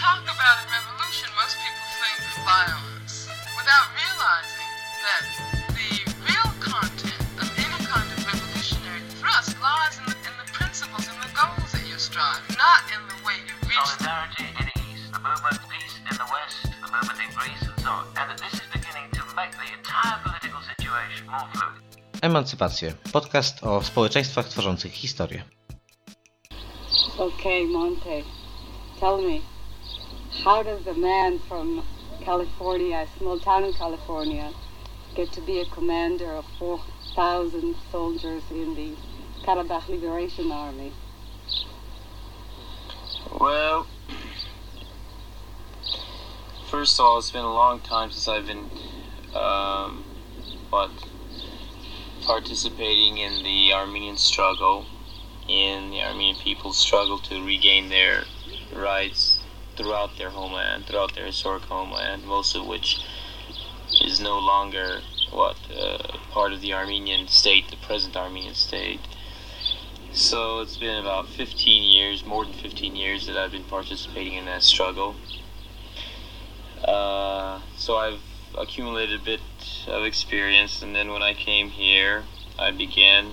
talk about a revolution, most people think violence, without realizing that the real content of any kind of revolutionary thrust lies in the principles and the goals that you strive, not in the way you reach them. Solidarity in the East, the movement peace in the West, the movement in Greece and so on, and that this is beginning to make the entire political situation more fluid. Emancypacje. Podcast o społeczeństwach tworzących historię. Okay, Monte, tell me, how does a man from California, a small town in California, get to be a commander of 4,000 soldiers in the Karabakh Liberation Army? Well, first of all, it's been a long time since I've been, participating in the Armenian struggle, in the Armenian people's struggle to regain their rights throughout their homeland, throughout their historic homeland, most of which is no longer part of the Armenian state, the present Armenian state. So it's been about 15 years, more than 15 years that I've been participating in that struggle. So I've accumulated a bit of experience, and then when I came here, I began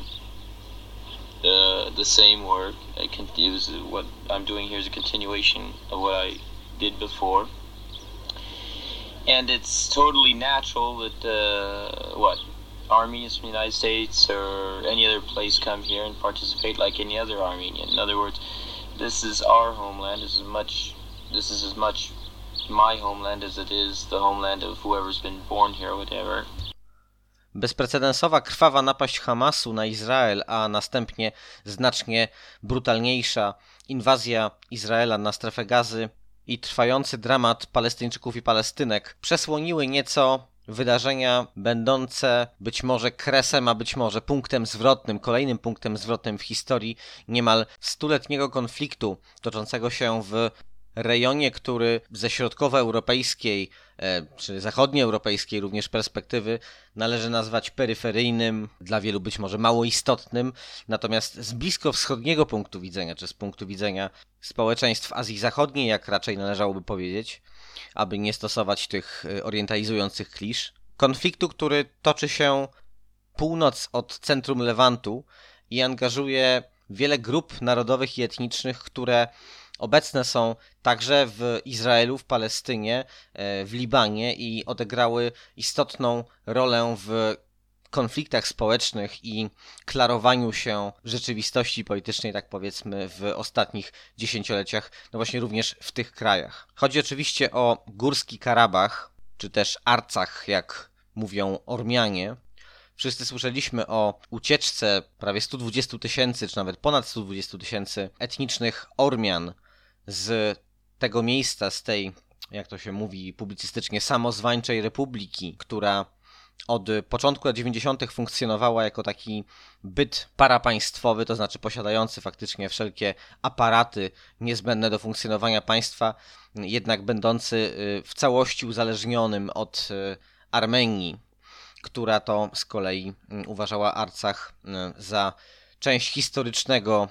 the same work. What I'm doing here is a continuation of what I did before, and it's totally natural that Armenians from the United States or any other place come here and participate like any other Armenian. In other words, this is our homeland. This is as much my homeland as it is the homeland of whoever's been born here or whatever. Bezprecedensowa, krwawa napaść Hamasu na Izrael, a następnie znacznie brutalniejsza inwazja Izraela na strefę Gazy i trwający dramat Palestyńczyków i Palestynek przesłoniły nieco wydarzenia będące być może kresem, a być może punktem zwrotnym, kolejnym punktem zwrotnym w historii niemal stuletniego konfliktu toczącego się w rejonie, który ze środkowoeuropejskiej czy zachodnioeuropejskiej również perspektywy należy nazwać peryferyjnym, dla wielu być może mało istotnym, natomiast z bliskowschodniego punktu widzenia, czy z punktu widzenia społeczeństw Azji Zachodniej, jak raczej należałoby powiedzieć, aby nie stosować tych orientalizujących klisz, konfliktu, który toczy się północ od centrum Lewantu i angażuje wiele grup narodowych i etnicznych, które obecne są także w Izraelu, w Palestynie, w Libanie i odegrały istotną rolę w konfliktach społecznych i klarowaniu się rzeczywistości politycznej, tak powiedzmy, w ostatnich dziesięcioleciach, no właśnie również w tych krajach. Chodzi oczywiście o Górski Karabach, czy też Arcach, jak mówią Ormianie. Wszyscy słyszeliśmy o ucieczce prawie 120 000, czy nawet ponad 120 000 etnicznych Ormian z tego miejsca, z tej, jak to się mówi publicystycznie, samozwańczej republiki, która od początku lat 90. funkcjonowała jako taki byt parapaństwowy, to znaczy posiadający faktycznie wszelkie aparaty niezbędne do funkcjonowania państwa, jednak będący w całości uzależnionym od Armenii, która to z kolei uważała Arcach za część historycznego,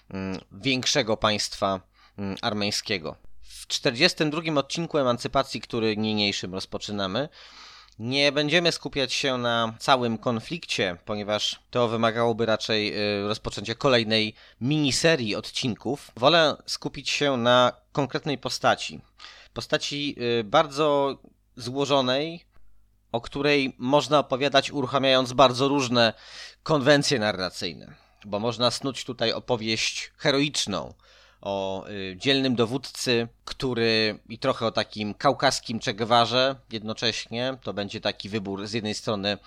większego państwa armeńskiego. W 42. odcinku Emancypacji, który niniejszym rozpoczynamy, nie będziemy skupiać się na całym konflikcie, ponieważ to wymagałoby raczej rozpoczęcia kolejnej miniserii odcinków. Wolę skupić się na konkretnej postaci. Postaci bardzo złożonej, o której można opowiadać uruchamiając bardzo różne konwencje narracyjne, bo można snuć tutaj opowieść heroiczną o dzielnym dowódcy, który i trochę o takim kaukaskim Che Guevarze jednocześnie. To będzie taki wybór z jednej strony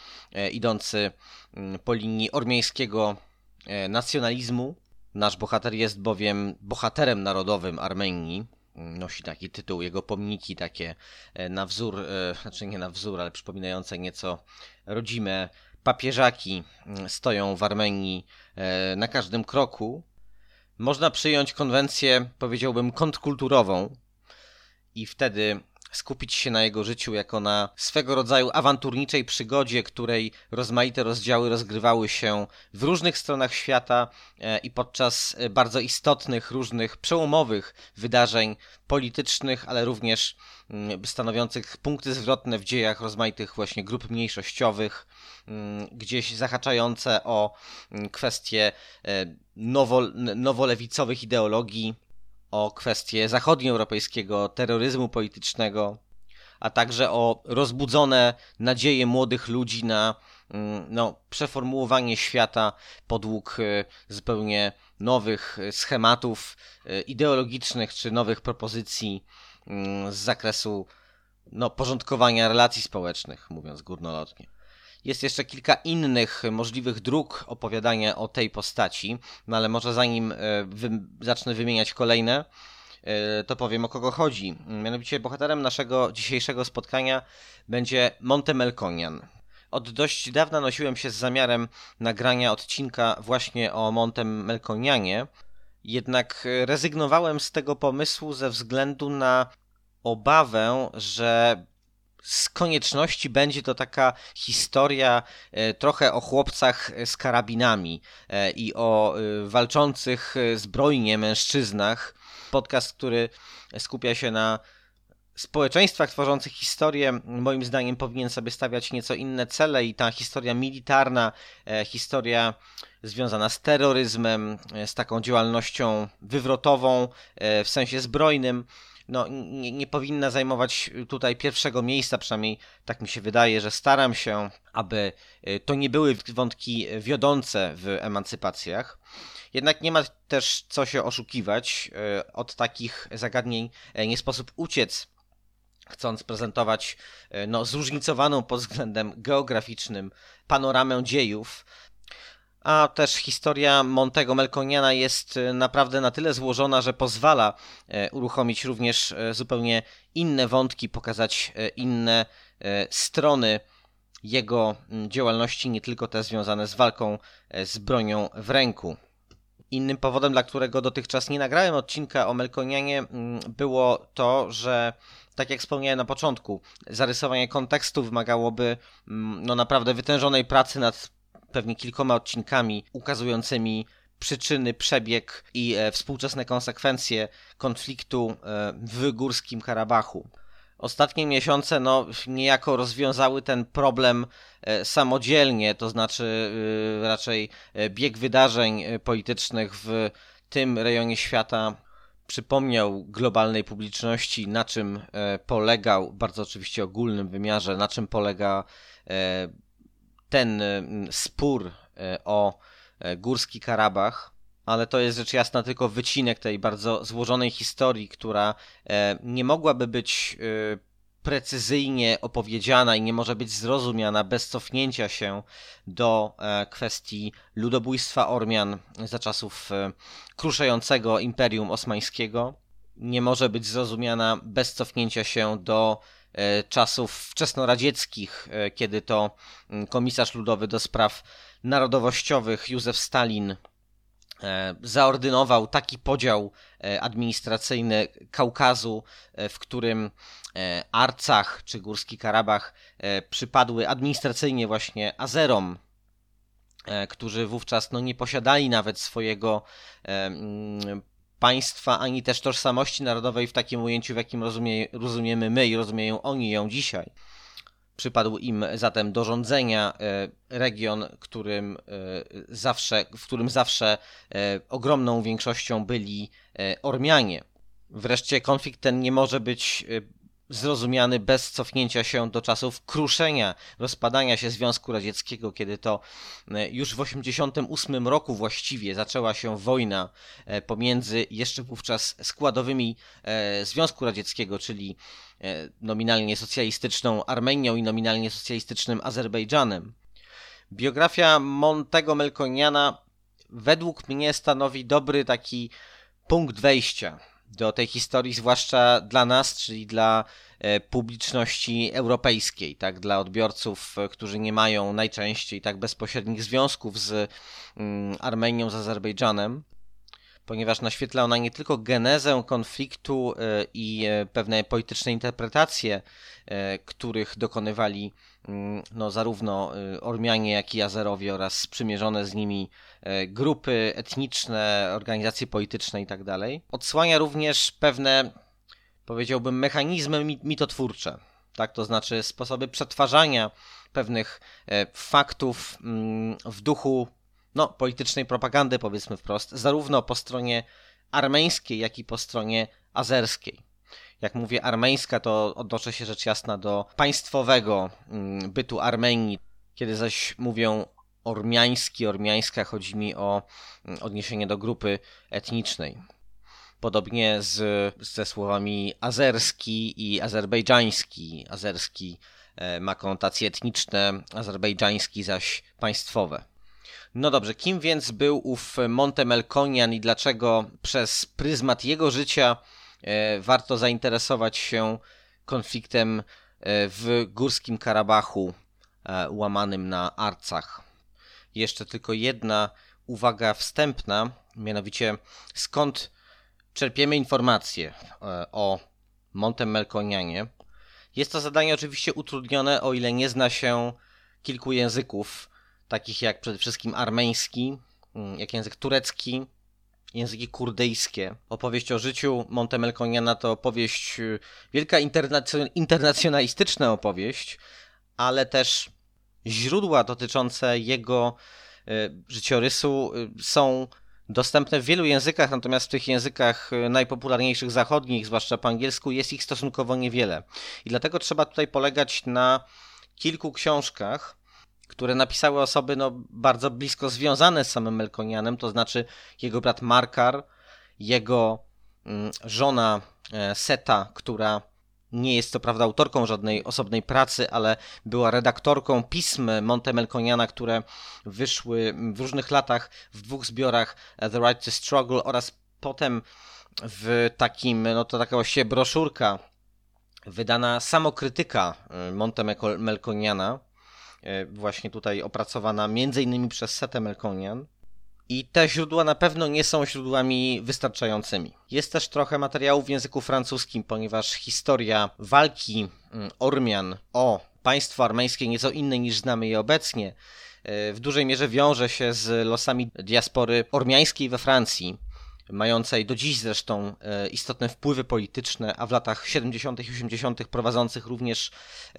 idący po linii ormiańskiego nacjonalizmu. Nasz bohater jest bowiem bohaterem narodowym Armenii. Nosi taki tytuł, jego pomniki takie na wzór, znaczy nie na wzór, ale przypominające nieco rodzime papieżaki stoją w Armenii na każdym kroku. Można przyjąć konwencję, powiedziałbym, kontrkulturową i wtedy skupić się na jego życiu jako na swego rodzaju awanturniczej przygodzie, której rozmaite rozdziały rozgrywały się w różnych stronach świata i podczas bardzo istotnych, różnych przełomowych wydarzeń politycznych, ale również stanowiących punkty zwrotne w dziejach rozmaitych właśnie grup mniejszościowych, gdzieś zahaczające o kwestie nowolewicowych ideologii, o kwestie zachodnioeuropejskiego terroryzmu politycznego, a także o rozbudzone nadzieje młodych ludzi na przeformułowanie świata podług zupełnie nowych schematów ideologicznych czy nowych propozycji z zakresu porządkowania relacji społecznych, mówiąc górnolotnie. Jest jeszcze kilka innych możliwych dróg opowiadania o tej postaci, ale może zanim zacznę wymieniać kolejne, to powiem, o kogo chodzi. Mianowicie bohaterem naszego dzisiejszego spotkania będzie Monte Melkonian. Od dość dawna nosiłem się z zamiarem nagrania odcinka właśnie o Montem Melkonianie, jednak rezygnowałem z tego pomysłu ze względu na obawę, że z konieczności będzie to taka historia trochę o chłopcach z karabinami i o walczących zbrojnie mężczyznach. Podcast, który skupia się na społeczeństwach tworzących historię, moim zdaniem powinien sobie stawiać nieco inne cele i ta historia militarna, historia związana z terroryzmem, z taką działalnością wywrotową w sensie zbrojnym, nie powinna zajmować tutaj pierwszego miejsca, przynajmniej tak mi się wydaje, że staram się, aby to nie były wątki wiodące w emancypacjach. Jednak nie ma też co się oszukiwać, od takich zagadnień nie sposób uciec, chcąc prezentować zróżnicowaną pod względem geograficznym panoramę dziejów. A też historia Montego Melkoniana jest naprawdę na tyle złożona, że pozwala uruchomić również zupełnie inne wątki, pokazać inne strony jego działalności, nie tylko te związane z walką z bronią w ręku. Innym powodem, dla którego dotychczas nie nagrałem odcinka o Melkonianie, było to, że tak jak wspomniałem na początku, zarysowanie kontekstu wymagałoby naprawdę wytężonej pracy nad pewnie kilkoma odcinkami ukazującymi przyczyny, przebieg i współczesne konsekwencje konfliktu w Górskim Karabachu. Ostatnie miesiące niejako rozwiązały ten problem samodzielnie, to znaczy raczej bieg wydarzeń politycznych w tym rejonie świata przypomniał globalnej publiczności, na czym polegał, bardzo oczywiście ogólnym wymiarze, na czym polega ten spór o Górski Karabach, ale to jest rzecz jasna tylko wycinek tej bardzo złożonej historii, która nie mogłaby być precyzyjnie opowiedziana i nie może być zrozumiana bez cofnięcia się do kwestii ludobójstwa Ormian za czasów kruszającego Imperium Osmańskiego. Nie może być zrozumiana bez cofnięcia się do czasów wczesnoradzieckich, kiedy to komisarz ludowy do spraw narodowościowych Józef Stalin zaordynował taki podział administracyjny Kaukazu, w którym Arcach czy Górski Karabach przypadły administracyjnie właśnie Azerom, którzy wówczas nie posiadali nawet swojego państwa, ani też tożsamości narodowej w takim ujęciu, w jakim rozumiemy my i rozumieją oni ją dzisiaj. Przypadł im zatem do rządzenia region, w którym zawsze ogromną większością byli Ormianie. Wreszcie konflikt ten nie może być zrozumiany bez cofnięcia się do czasów kruszenia, rozpadania się Związku Radzieckiego, kiedy to już w 1988 roku właściwie zaczęła się wojna pomiędzy jeszcze wówczas składowymi Związku Radzieckiego, czyli nominalnie socjalistyczną Armenią i nominalnie socjalistycznym Azerbejdżanem. Biografia Montego Melkoniana według mnie stanowi dobry taki punkt wejścia do tej historii, zwłaszcza dla nas, czyli dla publiczności europejskiej, tak, dla odbiorców, którzy nie mają najczęściej tak bezpośrednich związków z Armenią, z Azerbejdżanem, ponieważ naświetla ona nie tylko genezę konfliktu i pewne polityczne interpretacje, których dokonywali zarówno Ormianie, jak i Azerowie oraz sprzymierzone z nimi grupy etniczne, organizacje polityczne itd. Odsłania również pewne, powiedziałbym, mechanizmy mitotwórcze, tak? To znaczy sposoby przetwarzania pewnych faktów w duchu politycznej propagandy, powiedzmy wprost, zarówno po stronie armeńskiej, jak i po stronie azerskiej. Jak mówię armeńska, to odnoszę się rzecz jasna do państwowego bytu Armenii. Kiedy zaś mówię ormiańska, chodzi mi o odniesienie do grupy etnicznej. Podobnie ze słowami azerski i azerbejdżański. Azerski ma konotacje etniczne, azerbejdżański zaś państwowe. No dobrze, kim więc był ów Monte Melkonian i dlaczego przez pryzmat jego życia warto zainteresować się konfliktem w Górskim Karabachu, łamanym na Arcach? Jeszcze tylko jedna uwaga wstępna, mianowicie skąd czerpiemy informacje o Montem Melkonianie. Jest to zadanie oczywiście utrudnione, o ile nie zna się kilku języków, takich jak przede wszystkim armeński, jak język turecki, języki kurdyjskie. Opowieść o życiu Monte Melkoniana to opowieść, wielka internacjonalistyczna opowieść, ale też źródła dotyczące jego życiorysu są dostępne w wielu językach, natomiast w tych językach najpopularniejszych zachodnich, zwłaszcza po angielsku, jest ich stosunkowo niewiele. I dlatego trzeba tutaj polegać na kilku książkach, które napisały osoby bardzo blisko związane z samym Melkonianem, to znaczy jego brat Markar, jego żona Seta, która nie jest co prawda autorką żadnej osobnej pracy, ale była redaktorką pism Monte Melkoniana, które wyszły w różnych latach w 2 zbiorach, The Right to Struggle oraz potem w takim, to taka właściwie broszurka wydana samokrytyka Monte Melkoniana, właśnie tutaj opracowana m.in. przez Setę Melkonian. I te źródła na pewno nie są źródłami wystarczającymi. Jest też trochę materiału w języku francuskim, ponieważ historia walki Ormian o państwo armeńskie, nieco inne niż znamy je obecnie, w dużej mierze wiąże się z losami diaspory ormiańskiej we Francji, mającej do dziś zresztą istotne wpływy polityczne, a w latach 70. i 80. prowadzących również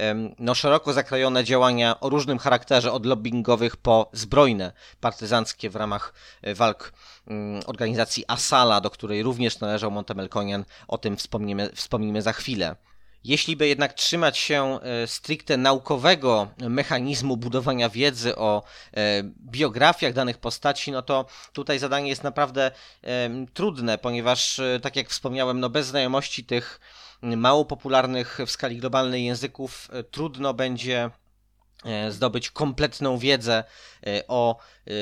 szeroko zakrojone działania o różnym charakterze, od lobbingowych po zbrojne, partyzanckie w ramach walk organizacji Asala, do której również należał Monte Melkonian. O tym wspomnimy za chwilę. Jeśli by jednak trzymać się stricte naukowego mechanizmu budowania wiedzy o biografiach danych postaci, to tutaj zadanie jest naprawdę trudne, ponieważ, tak jak wspomniałem, bez znajomości tych mało popularnych w skali globalnej języków trudno będzie zdobyć kompletną wiedzę o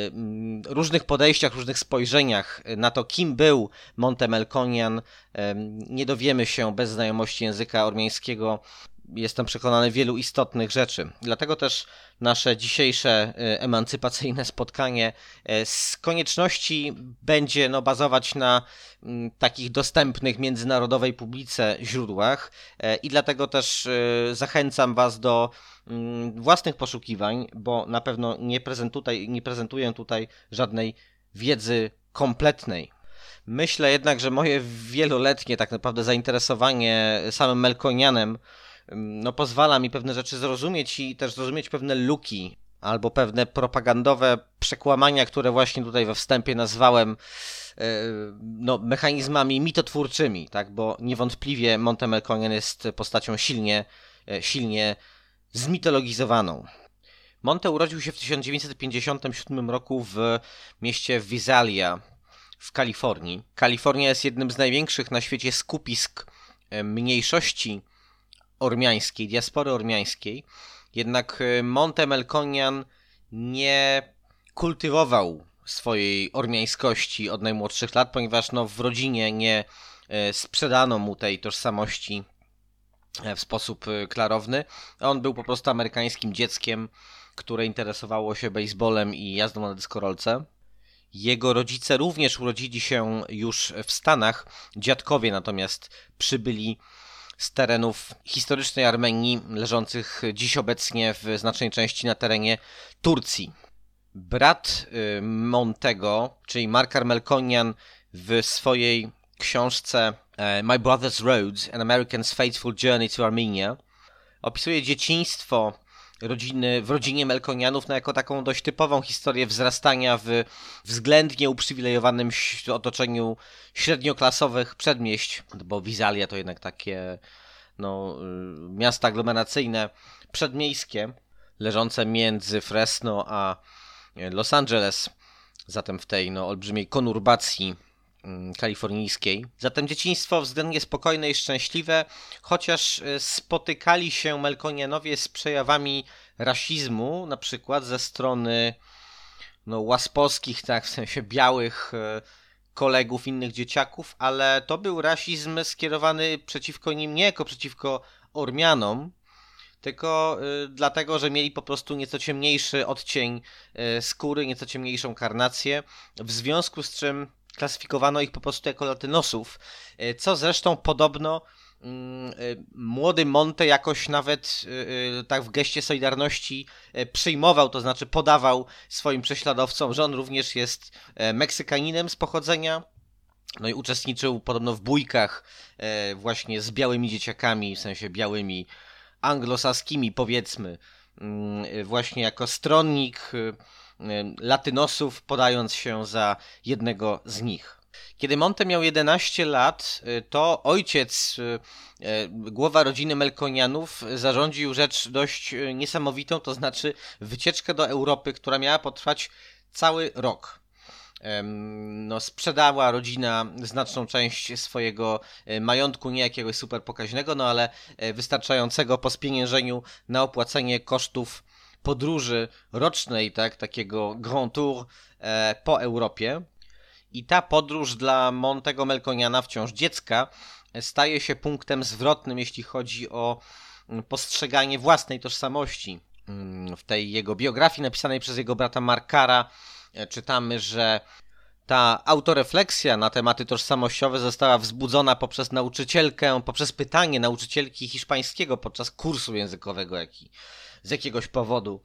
różnych podejściach, różnych spojrzeniach na to, kim był Monte Melkonian. Nie dowiemy się bez znajomości języka ormiańskiego, jestem przekonany, wielu istotnych rzeczy. Dlatego też nasze dzisiejsze emancypacyjne spotkanie z konieczności będzie bazować na takich dostępnych międzynarodowej publice źródłach i dlatego też zachęcam Was do własnych poszukiwań, bo na pewno nie prezentuję tutaj żadnej wiedzy kompletnej. Myślę jednak, że moje wieloletnie tak naprawdę zainteresowanie samym Melkonianem pozwala mi pewne rzeczy zrozumieć i też zrozumieć pewne luki albo pewne propagandowe przekłamania, które właśnie tutaj we wstępie nazwałem mechanizmami mitotwórczymi, tak? Bo niewątpliwie Monte Melkonian jest postacią silnie zmitologizowaną. Monte urodził się w 1957 roku w mieście Visalia w Kalifornii. Kalifornia jest jednym z największych na świecie skupisk mniejszości ormiańskiej, diaspory ormiańskiej. Jednak Monte Melkonian nie kultywował swojej ormiańskości od najmłodszych lat, ponieważ w rodzinie nie sprzedano mu tej tożsamości w sposób klarowny. On był po prostu amerykańskim dzieckiem, które interesowało się baseballem i jazdą na dyskorolce. Jego rodzice również urodzili się już w Stanach, dziadkowie natomiast przybyli z terenów historycznej Armenii, leżących dziś obecnie w znacznej części na terenie Turcji. Brat Montego, czyli Markar Melkonian, w swojej książce My Brother's Road, An American's Fateful Journey to Armenia opisuje dzieciństwo w rodzinie Melkonianów jako taką dość typową historię wzrastania w względnie uprzywilejowanym otoczeniu średnioklasowych przedmieść, bo Visalia to jednak takie miasta aglomeracyjne, przedmiejskie, leżące między Fresno a Los Angeles, zatem w tej olbrzymiej konurbacji kalifornijskiej. Zatem dzieciństwo względnie spokojne i szczęśliwe, chociaż spotykali się Melkonianowie z przejawami rasizmu, na przykład ze strony łaspowskich, tak, w sensie białych kolegów, innych dzieciaków, ale to był rasizm skierowany przeciwko nim nie jako przeciwko Ormianom, tylko dlatego, że mieli po prostu nieco ciemniejszy odcień skóry, nieco ciemniejszą karnację, w związku z czym klasyfikowano ich po prostu jako latynosów, co zresztą podobno młody Monte jakoś nawet tak w geście solidarności przyjmował, to znaczy podawał swoim prześladowcom, że on również jest Meksykaninem z pochodzenia, i uczestniczył podobno w bójkach właśnie z białymi dzieciakami, w sensie białymi anglosaskimi, powiedzmy, właśnie jako stronnik latynosów, podając się za jednego z nich. Kiedy Monte miał 11 lat, to ojciec, głowa rodziny Melkonianów, zarządził rzecz dość niesamowitą, to znaczy wycieczkę do Europy, która miała potrwać cały rok. Sprzedała rodzina znaczną część swojego majątku, nie jakiegoś super pokaźnego, ale wystarczającego po spieniężeniu na opłacenie kosztów podróży rocznej, tak, takiego Grand Tour po Europie. I ta podróż dla Montego Melkoniana, wciąż dziecka, staje się punktem zwrotnym, jeśli chodzi o postrzeganie własnej tożsamości. W tej jego biografii napisanej przez jego brata Markara czytamy, że ta autorefleksja na tematy tożsamościowe została wzbudzona poprzez pytanie nauczycielki hiszpańskiego podczas kursu językowego, jaki z jakiegoś powodu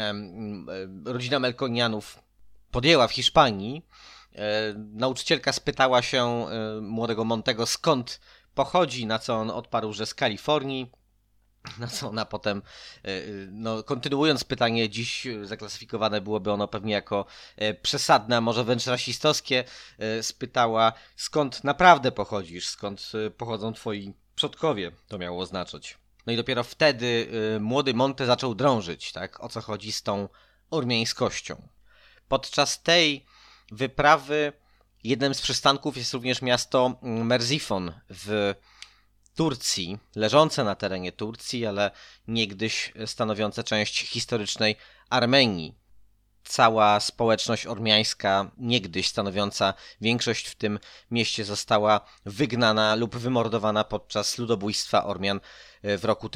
rodzina Melkonianów podjęła w Hiszpanii. Nauczycielka spytała się młodego Montego, skąd pochodzi, na co on odparł, że z Kalifornii. Na co ona potem, kontynuując pytanie, dziś zaklasyfikowane byłoby ono pewnie jako przesadne, a może wręcz rasistowskie, spytała, skąd naprawdę pochodzisz, skąd pochodzą twoi przodkowie, to miało oznaczać. I dopiero wtedy młody Monte zaczął drążyć, tak, o co chodzi z tą ormiańskością. Podczas tej wyprawy jednym z przystanków jest również miasto Merzifon w Turcji, leżące na terenie Turcji, ale niegdyś stanowiące część historycznej Armenii. Cała społeczność ormiańska, niegdyś stanowiąca większość w tym mieście, została wygnana lub wymordowana podczas ludobójstwa Ormian w roku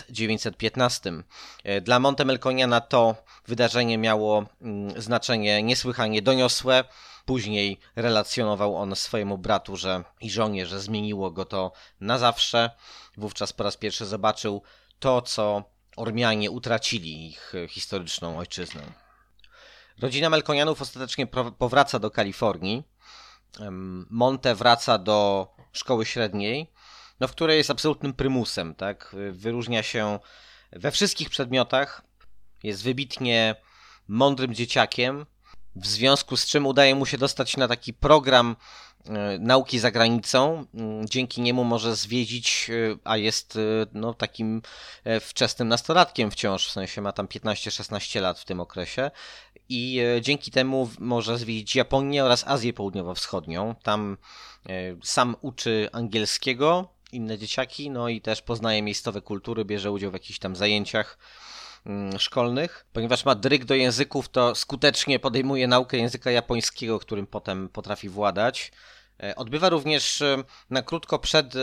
1915. Dla Monte Melkoniana to wydarzenie miało znaczenie niesłychanie doniosłe. Później relacjonował on swojemu bratu i żonie, że zmieniło go to na zawsze. Wówczas po raz pierwszy zobaczył to, co Ormianie utracili, ich historyczną ojczyznę. Rodzina Melkonianów ostatecznie powraca do Kalifornii. Monte wraca do szkoły średniej, w której jest absolutnym prymusem, tak? Wyróżnia się we wszystkich przedmiotach, jest wybitnie mądrym dzieciakiem, w związku z czym udaje mu się dostać na taki program nauki za granicą. Dzięki niemu może zwiedzić, a jest takim wczesnym nastolatkiem wciąż, w sensie ma tam 15-16 lat w tym okresie i dzięki temu może zwiedzić Japonię oraz Azję Południowo-Wschodnią. Tam sam uczy angielskiego, inne dzieciaki, i też poznaje miejscowe kultury, bierze udział w jakichś tam zajęciach szkolnych. Ponieważ ma dryg do języków, to skutecznie podejmuje naukę języka japońskiego, którym potem potrafi władać. Odbywa również na krótko przed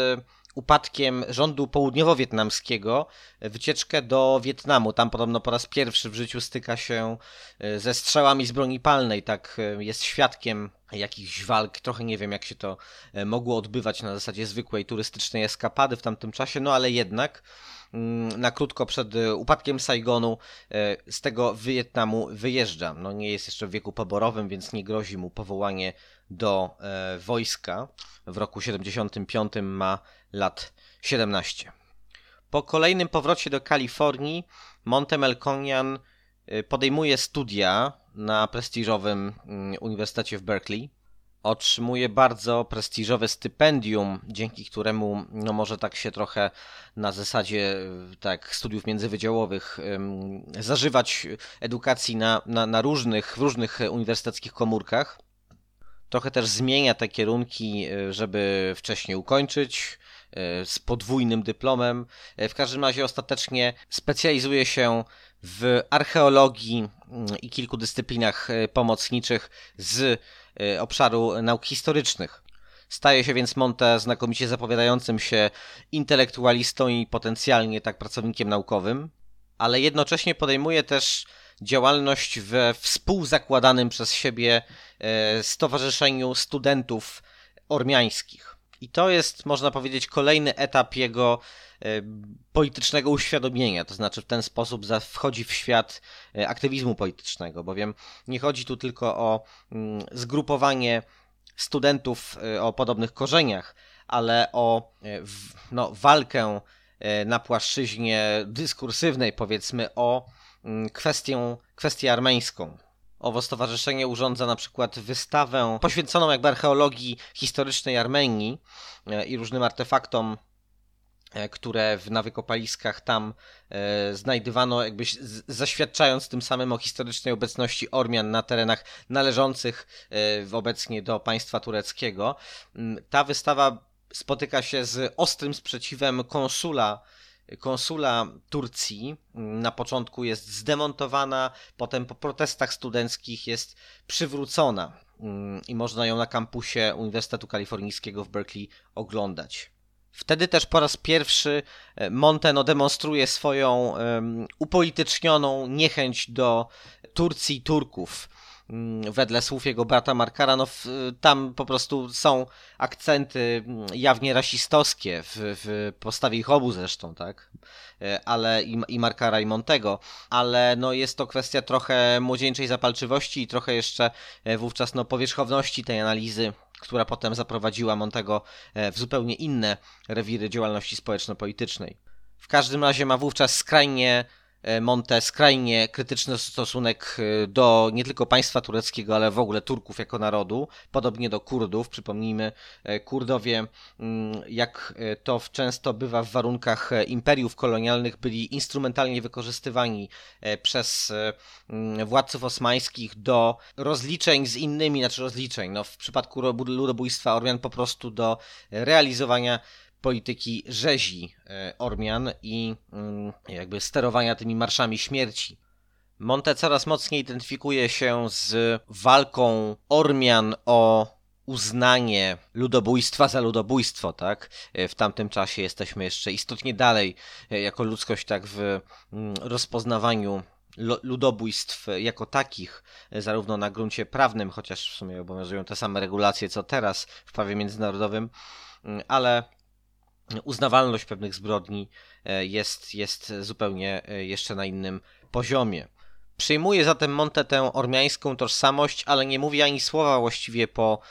upadkiem rządu południowo-wietnamskiego wycieczkę do Wietnamu. Tam podobno po raz pierwszy w życiu styka się ze strzałami z broni palnej, tak, jest świadkiem jakichś walk. Trochę nie wiem, jak się to mogło odbywać na zasadzie zwykłej turystycznej eskapady w tamtym czasie, no ale jednak na krótko przed upadkiem Saigonu z tego Wietnamu wyjeżdża. No nie jest jeszcze w wieku poborowym, więc nie grozi mu powołanie do wojska. W roku 75 ma lat 17. Po kolejnym powrocie do Kalifornii Monte Melkonian podejmuje studia na prestiżowym Uniwersytecie w Berkeley. Otrzymuje bardzo prestiżowe stypendium, dzięki któremu może tak się trochę na zasadzie tak studiów międzywydziałowych zażywać edukacji w różnych uniwersyteckich komórkach. Trochę też zmienia te kierunki, żeby wcześniej ukończyć z podwójnym dyplomem. W każdym razie ostatecznie specjalizuje się w archeologii i kilku dyscyplinach pomocniczych z obszaru nauk historycznych. Staje się więc Monte znakomicie zapowiadającym się intelektualistą i potencjalnie tak pracownikiem naukowym, ale jednocześnie podejmuje też działalność we współzakładanym przez siebie Stowarzyszeniu Studentów Ormiańskich. I to jest, można powiedzieć, kolejny etap jego politycznego uświadomienia, to znaczy w ten sposób wchodzi w świat aktywizmu politycznego, bowiem nie chodzi tu tylko o zgrupowanie studentów o podobnych korzeniach, ale o walkę na płaszczyźnie dyskursywnej, powiedzmy, o kwestię armeńską. Owo stowarzyszenie urządza na przykład wystawę poświęconą jakby archeologii historycznej Armenii i różnym artefaktom, które na wykopaliskach tam znajdywano, jakby zaświadczając tym samym o historycznej obecności Ormian na terenach należących obecnie do państwa tureckiego. Ta wystawa spotyka się z ostrym sprzeciwem konsula Turcji. Na początku jest zdemontowana, potem po protestach studenckich jest przywrócona i można ją na kampusie Uniwersytetu Kalifornijskiego w Berkeley oglądać. Wtedy też po raz pierwszy Monte demonstruje swoją upolitycznioną niechęć do Turcji i Turków. Wedle słów jego brata Markara, tam po prostu są akcenty jawnie rasistowskie w postawie ich obu zresztą, tak? Ale i Markara i Montego, ale jest to kwestia trochę młodzieńczej zapalczywości i trochę jeszcze wówczas powierzchowności tej analizy, która potem zaprowadziła Montego w zupełnie inne rewiry działalności społeczno-politycznej. W każdym razie ma wówczas Monte skrajnie krytyczny stosunek do nie tylko państwa tureckiego, ale w ogóle Turków jako narodu, podobnie do Kurdów. Przypomnijmy, Kurdowie, jak to często bywa w warunkach imperiów kolonialnych, byli instrumentalnie wykorzystywani przez władców osmańskich do rozliczeń z innymi, w przypadku ludobójstwa Ormian po prostu do realizowania polityki rzezi Ormian i jakby sterowania tymi marszami śmierci. Monte coraz mocniej identyfikuje się z walką Ormian o uznanie ludobójstwa za ludobójstwo, tak? W tamtym czasie jesteśmy jeszcze istotnie dalej jako ludzkość, tak, w rozpoznawaniu ludobójstw jako takich, zarówno na gruncie prawnym, chociaż w sumie obowiązują te same regulacje co teraz w prawie międzynarodowym, ale uznawalność pewnych zbrodni jest zupełnie jeszcze na innym poziomie. Przyjmuje zatem Monte tę ormiańską tożsamość, ale nie mówi ani słowa właściwie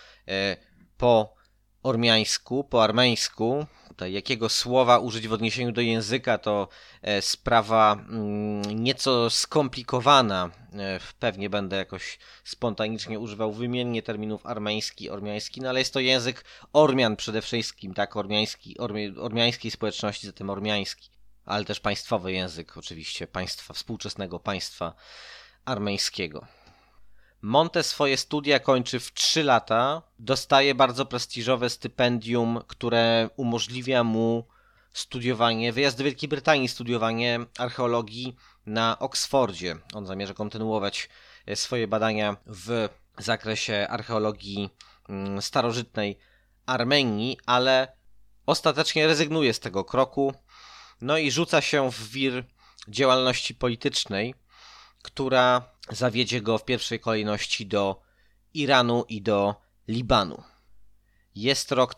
po ormiańsku, po armeńsku. Tutaj jakiego słowa użyć w odniesieniu do języka to sprawa nieco skomplikowana. Pewnie będę jakoś spontanicznie używał wymiennie terminów armeński, ormiański, ale jest to język Ormian przede wszystkim, tak, ormiańskiej społeczności, zatem ormiański, ale też państwowy język oczywiście, współczesnego państwa armeńskiego. Monte swoje studia kończy w 3 lata, dostaje bardzo prestiżowe stypendium, które umożliwia mu wyjazd do Wielkiej Brytanii, studiowanie archeologii na Oksfordzie. On zamierza kontynuować swoje badania w zakresie archeologii starożytnej Armenii, ale ostatecznie rezygnuje z tego kroku, no i rzuca się w wir działalności politycznej, która zawiedzie go w pierwszej kolejności do Iranu i do Libanu. Jest rok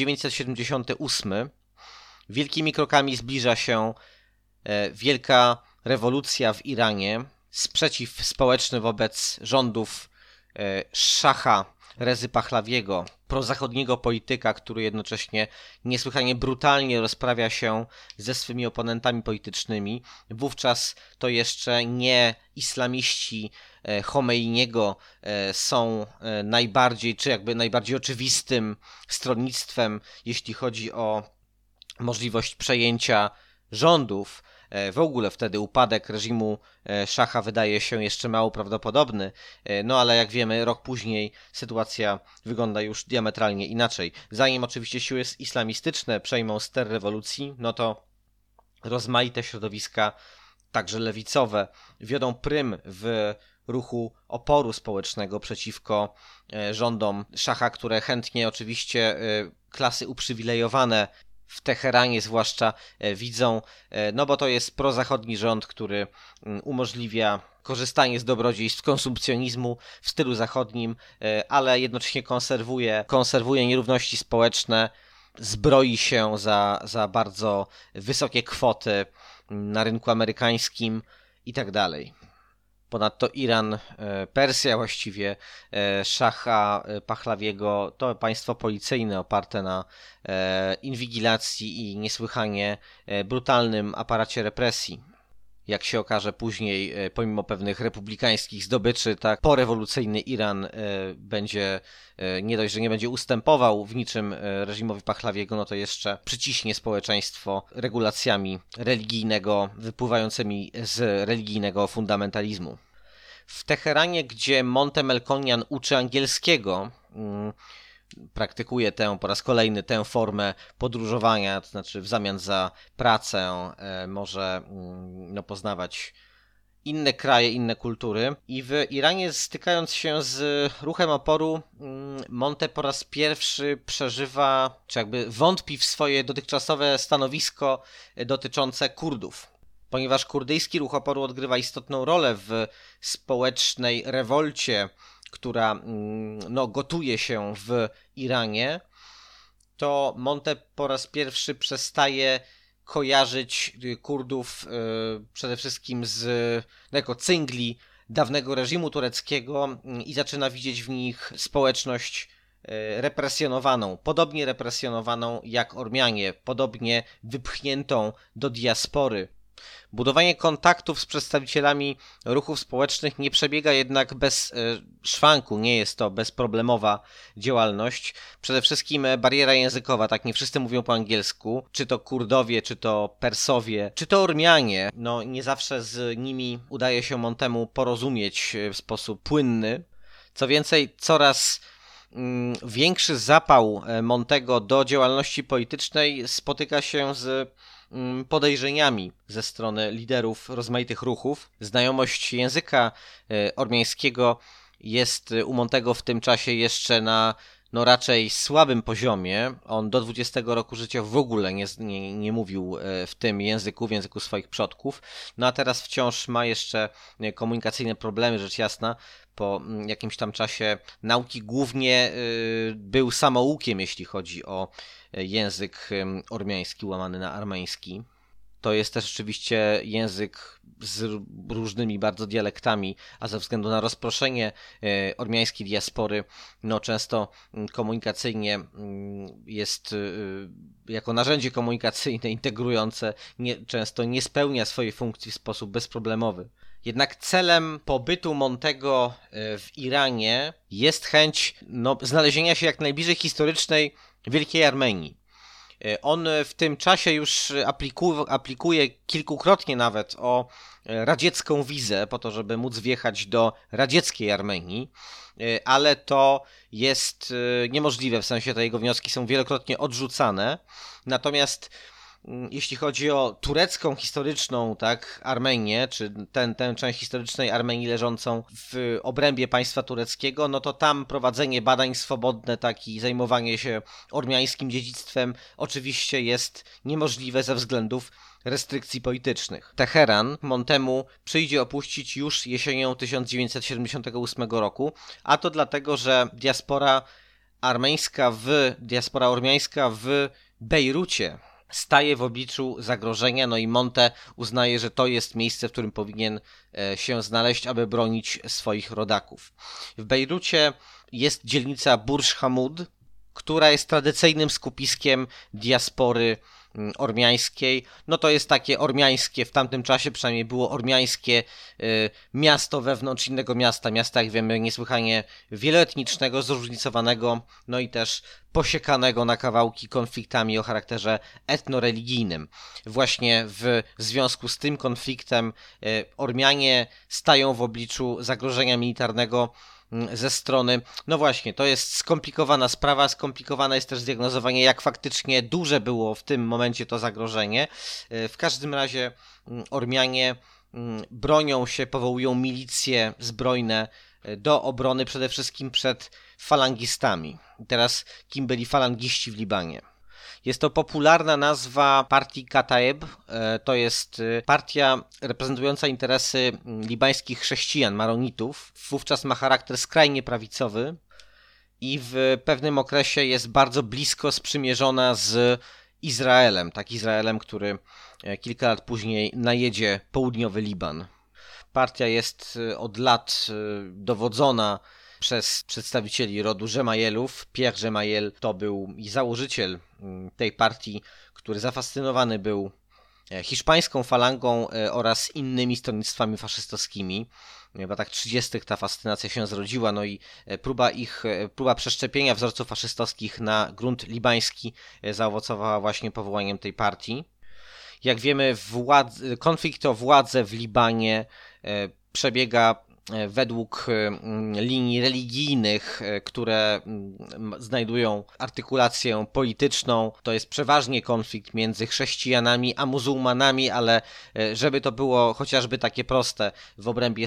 1978. Wielkimi krokami zbliża się wielka rewolucja w Iranie, sprzeciw społeczny wobec rządów szacha Rezy Pahlawiego, prozachodniego polityka, który jednocześnie niesłychanie brutalnie rozprawia się ze swymi oponentami politycznymi. Wówczas to jeszcze nie islamiści Chomeiniego są najbardziej, czy jakby najbardziej oczywistym stronnictwem, jeśli chodzi o możliwość przejęcia rządów. W ogóle wtedy upadek reżimu szacha wydaje się jeszcze mało prawdopodobny, no ale jak wiemy, rok później sytuacja wygląda już diametralnie inaczej. Zanim oczywiście siły islamistyczne przejmą ster rewolucji, no to rozmaite środowiska, także lewicowe, wiodą prym w ruchu oporu społecznego przeciwko rządom szacha, które chętnie oczywiście klasy uprzywilejowane w Teheranie zwłaszcza widzą, no bo to jest prozachodni rząd, który umożliwia korzystanie z dobrodziejstw konsumpcjonizmu w stylu zachodnim, ale jednocześnie konserwuje nierówności społeczne, zbroi się za bardzo wysokie kwoty na rynku amerykańskim i tak dalej. Ponadto Iran, Persja właściwie, szacha Pahlawiego to państwo policyjne oparte na inwigilacji i niesłychanie brutalnym aparacie represji. Jak się okaże później, pomimo pewnych republikańskich zdobyczy, tak porewolucyjny Iran będzie, nie dość, że nie będzie ustępował w niczym reżimowi Pahlawiego, no to jeszcze przyciśnie społeczeństwo regulacjami religijnego, wypływającymi z religijnego fundamentalizmu. W Teheranie, gdzie Monte Melkonian uczy angielskiego, praktykuje po raz kolejny tę formę podróżowania, to znaczy w zamian za pracę może poznawać inne kraje, inne kultury. I w Iranie, stykając się z ruchem oporu, Monte po raz pierwszy przeżywa, czy jakby wątpi w swoje dotychczasowe stanowisko dotyczące Kurdów. Ponieważ kurdyjski ruch oporu odgrywa istotną rolę w społecznej rewolcie, która gotuje się w Iranie, to Monte po raz pierwszy przestaje kojarzyć Kurdów przede wszystkim jako cyngli dawnego reżimu tureckiego i zaczyna widzieć w nich społeczność represjonowaną, podobnie represjonowaną jak Ormianie, podobnie wypchniętą do diaspory. Budowanie kontaktów z przedstawicielami ruchów społecznych nie przebiega jednak bez szwanku, nie jest to bezproblemowa działalność. Przede wszystkim bariera językowa, tak nie wszyscy mówią po angielsku, czy to Kurdowie, czy to Persowie, czy to Ormianie. Nie zawsze z nimi udaje się Montemu porozumieć w sposób płynny. Co więcej, coraz większy zapał Montego do działalności politycznej spotyka się z podejrzeniami ze strony liderów rozmaitych ruchów. Znajomość języka ormiańskiego jest u Montego w tym czasie jeszcze na raczej słabym poziomie. On do 20 roku życia w ogóle nie mówił w tym języku, w języku swoich przodków. A teraz wciąż ma jeszcze komunikacyjne problemy, rzecz jasna. Po jakimś tam czasie nauki głównie był samoukiem, jeśli chodzi o język ormiański łamany na armeński. To jest też oczywiście język z różnymi bardzo dialektami, a ze względu na rozproszenie ormiańskiej diaspory, często komunikacyjnie jest jako narzędzie komunikacyjne integrujące, często nie spełnia swojej funkcji w sposób bezproblemowy. Jednak celem pobytu Montego w Iranie jest chęć znalezienia się jak najbliżej historycznej Wielkiej Armenii. On w tym czasie już aplikuje kilkukrotnie nawet o radziecką wizę po to, żeby móc wjechać do radzieckiej Armenii, ale to jest niemożliwe, w sensie te jego wnioski są wielokrotnie odrzucane. Natomiast jeśli chodzi o turecką historyczną, tak, Armenię, czy tę część historycznej Armenii leżącą w obrębie państwa tureckiego, no to tam prowadzenie badań swobodne, tak, i zajmowanie się ormiańskim dziedzictwem oczywiście jest niemożliwe ze względów restrykcji politycznych. Teheran Montemu przyjdzie opuścić już jesienią 1978 roku, a to dlatego, że diaspora ormiańska w Bejrucie staje w obliczu zagrożenia, no i Monte uznaje, że to jest miejsce, w którym powinien się znaleźć, aby bronić swoich rodaków. W Bejrucie jest dzielnica Burj Hamud, która jest tradycyjnym skupiskiem diaspory ormiańskiej. No to jest takie ormiańskie, w tamtym czasie przynajmniej było ormiańskie miasto wewnątrz innego miasta, jak wiemy niesłychanie wieloetnicznego, zróżnicowanego, no i też posiekanego na kawałki konfliktami o charakterze etnoreligijnym. Właśnie w związku z tym konfliktem Ormianie stają w obliczu zagrożenia militarnego ze strony, no właśnie, to jest skomplikowana sprawa, skomplikowane jest też zdiagnozowanie, jak faktycznie duże było w tym momencie to zagrożenie. W każdym razie Ormianie bronią się, powołują milicje zbrojne do obrony przede wszystkim przed falangistami. I teraz kim byli falangiści w Libanie? Jest to popularna nazwa partii Kataeb, to jest partia reprezentująca interesy libańskich chrześcijan, maronitów. Wówczas ma charakter skrajnie prawicowy i w pewnym okresie jest bardzo blisko sprzymierzona z Izraelem, tak, Izraelem, który kilka lat później najedzie południowy Liban. Partia jest od lat dowodzona przez przedstawicieli rodu Żemajelów. Pierre Żemajel to był i założyciel tej partii, który zafascynowany był hiszpańską falangą oraz innymi stronnictwami faszystowskimi. W latach 30. ta fascynacja się zrodziła, no i próba przeszczepienia wzorców faszystowskich na grunt libański zaowocowała właśnie powołaniem tej partii. Jak wiemy, konflikt o władzę w Libanie przebiega według linii religijnych, które znajdują artykulację polityczną. To jest przeważnie konflikt między chrześcijanami a muzułmanami, ale żeby to było chociażby takie proste, w obrębie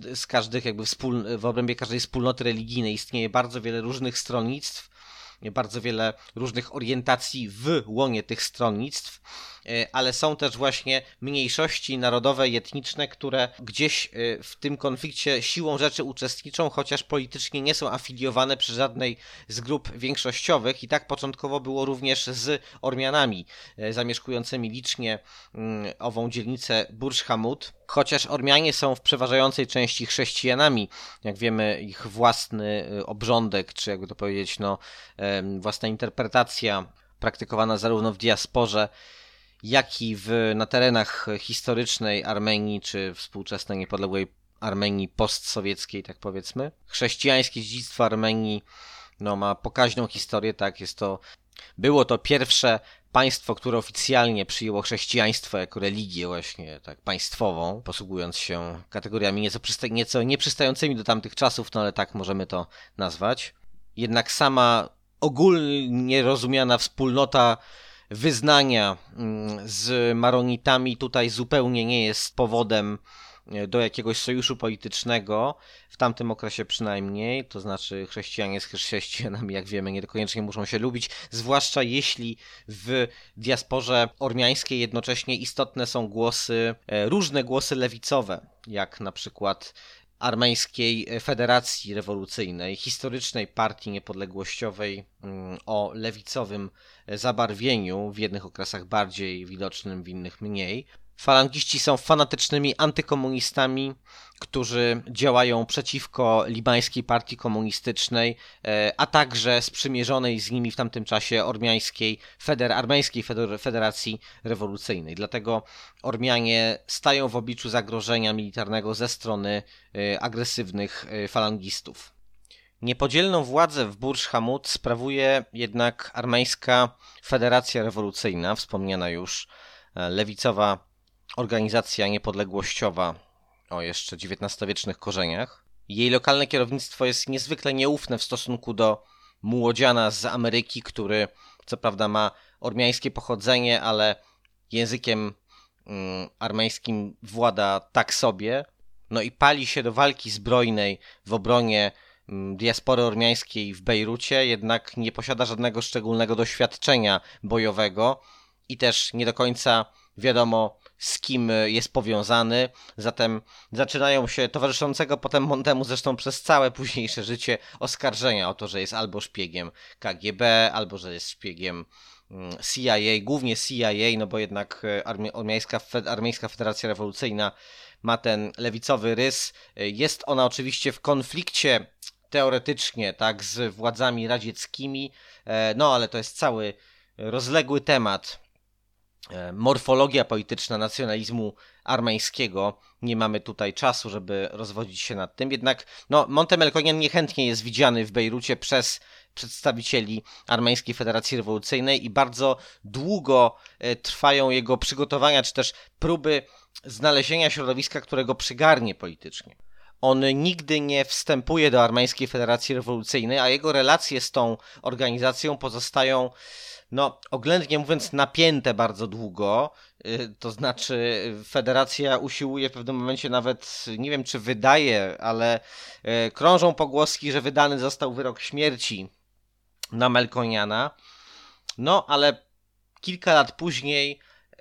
w obrębie każdej wspólnoty religijnej istnieje bardzo wiele różnych stronnictw, bardzo wiele różnych orientacji w łonie tych stronnictw, ale są też właśnie mniejszości narodowe i etniczne, które gdzieś w tym konflikcie siłą rzeczy uczestniczą, chociaż politycznie nie są afiliowane przy żadnej z grup większościowych i tak początkowo było również z Ormianami zamieszkującymi licznie ową dzielnicę Burj Hamud. Chociaż Ormianie są w przeważającej części chrześcijanami, jak wiemy, ich własny obrządek, czy jakby to powiedzieć, własna interpretacja praktykowana zarówno w diasporze, jak i na terenach historycznej Armenii, czy współczesnej niepodległej Armenii postsowieckiej, tak powiedzmy. Chrześcijańskie dziedzictwo Armenii ma pokaźną historię, tak, było to pierwsze państwo, które oficjalnie przyjęło chrześcijaństwo jako religię właśnie tak państwową, posługując się kategoriami nieco nieprzystającymi do tamtych czasów, ale tak możemy to nazwać. Jednak sama ogólnie rozumiana wspólnota wyznania z maronitami tutaj zupełnie nie jest powodem do jakiegoś sojuszu politycznego, w tamtym okresie przynajmniej, to znaczy chrześcijanie z chrześcijanami, jak wiemy, niekoniecznie muszą się lubić, zwłaszcza jeśli w diasporze ormiańskiej jednocześnie istotne są różne głosy lewicowe, jak na przykład Armeńskiej Federacji Rewolucyjnej, historycznej partii niepodległościowej o lewicowym zabarwieniu, w jednych okresach bardziej widocznym, w innych mniej. Falangiści są fanatycznymi antykomunistami, którzy działają przeciwko libańskiej partii komunistycznej, a także sprzymierzonej z nimi w tamtym czasie Armeńskiej Federacji Rewolucyjnej. Dlatego Ormianie stają w obliczu zagrożenia militarnego ze strony agresywnych falangistów. Niepodzielną władzę w Burj Hamud sprawuje jednak Armeńska Federacja Rewolucyjna, wspomniana już lewicowa organizacja niepodległościowa o jeszcze XIX-wiecznych korzeniach. Jej lokalne kierownictwo jest niezwykle nieufne w stosunku do młodziana z Ameryki, który co prawda ma ormiańskie pochodzenie, ale językiem armeńskim włada tak sobie, no i pali się do walki zbrojnej w obronie diaspory ormiańskiej w Bejrucie, jednak nie posiada żadnego szczególnego doświadczenia bojowego i też nie do końca wiadomo, z kim jest powiązany, zatem zaczynają się towarzyszącego potem Montemu zresztą przez całe późniejsze życie oskarżenia o to, że jest albo szpiegiem KGB, albo że jest szpiegiem CIA, głównie CIA, no bo jednak Armeńska Federacja Rewolucyjna ma ten lewicowy rys. Jest ona oczywiście w konflikcie teoretycznie, tak, z władzami radzieckimi, no ale to jest cały rozległy temat. Morfologia polityczna nacjonalizmu armeńskiego. Nie mamy tutaj czasu, żeby rozwodzić się nad tym. Jednak Monte Melkonian niechętnie jest widziany w Bejrucie przez przedstawicieli Armeńskiej Federacji Rewolucyjnej i bardzo długo trwają jego przygotowania, czy też próby znalezienia środowiska, którego przygarnie politycznie. On nigdy nie wstępuje do Armeńskiej Federacji Rewolucyjnej, a jego relacje z tą organizacją pozostają oględnie mówiąc napięte bardzo długo, to znaczy federacja usiłuje w pewnym momencie nawet, nie wiem czy wydaje, ale krążą pogłoski, że wydany został wyrok śmierci na Melkoniana, ale kilka lat później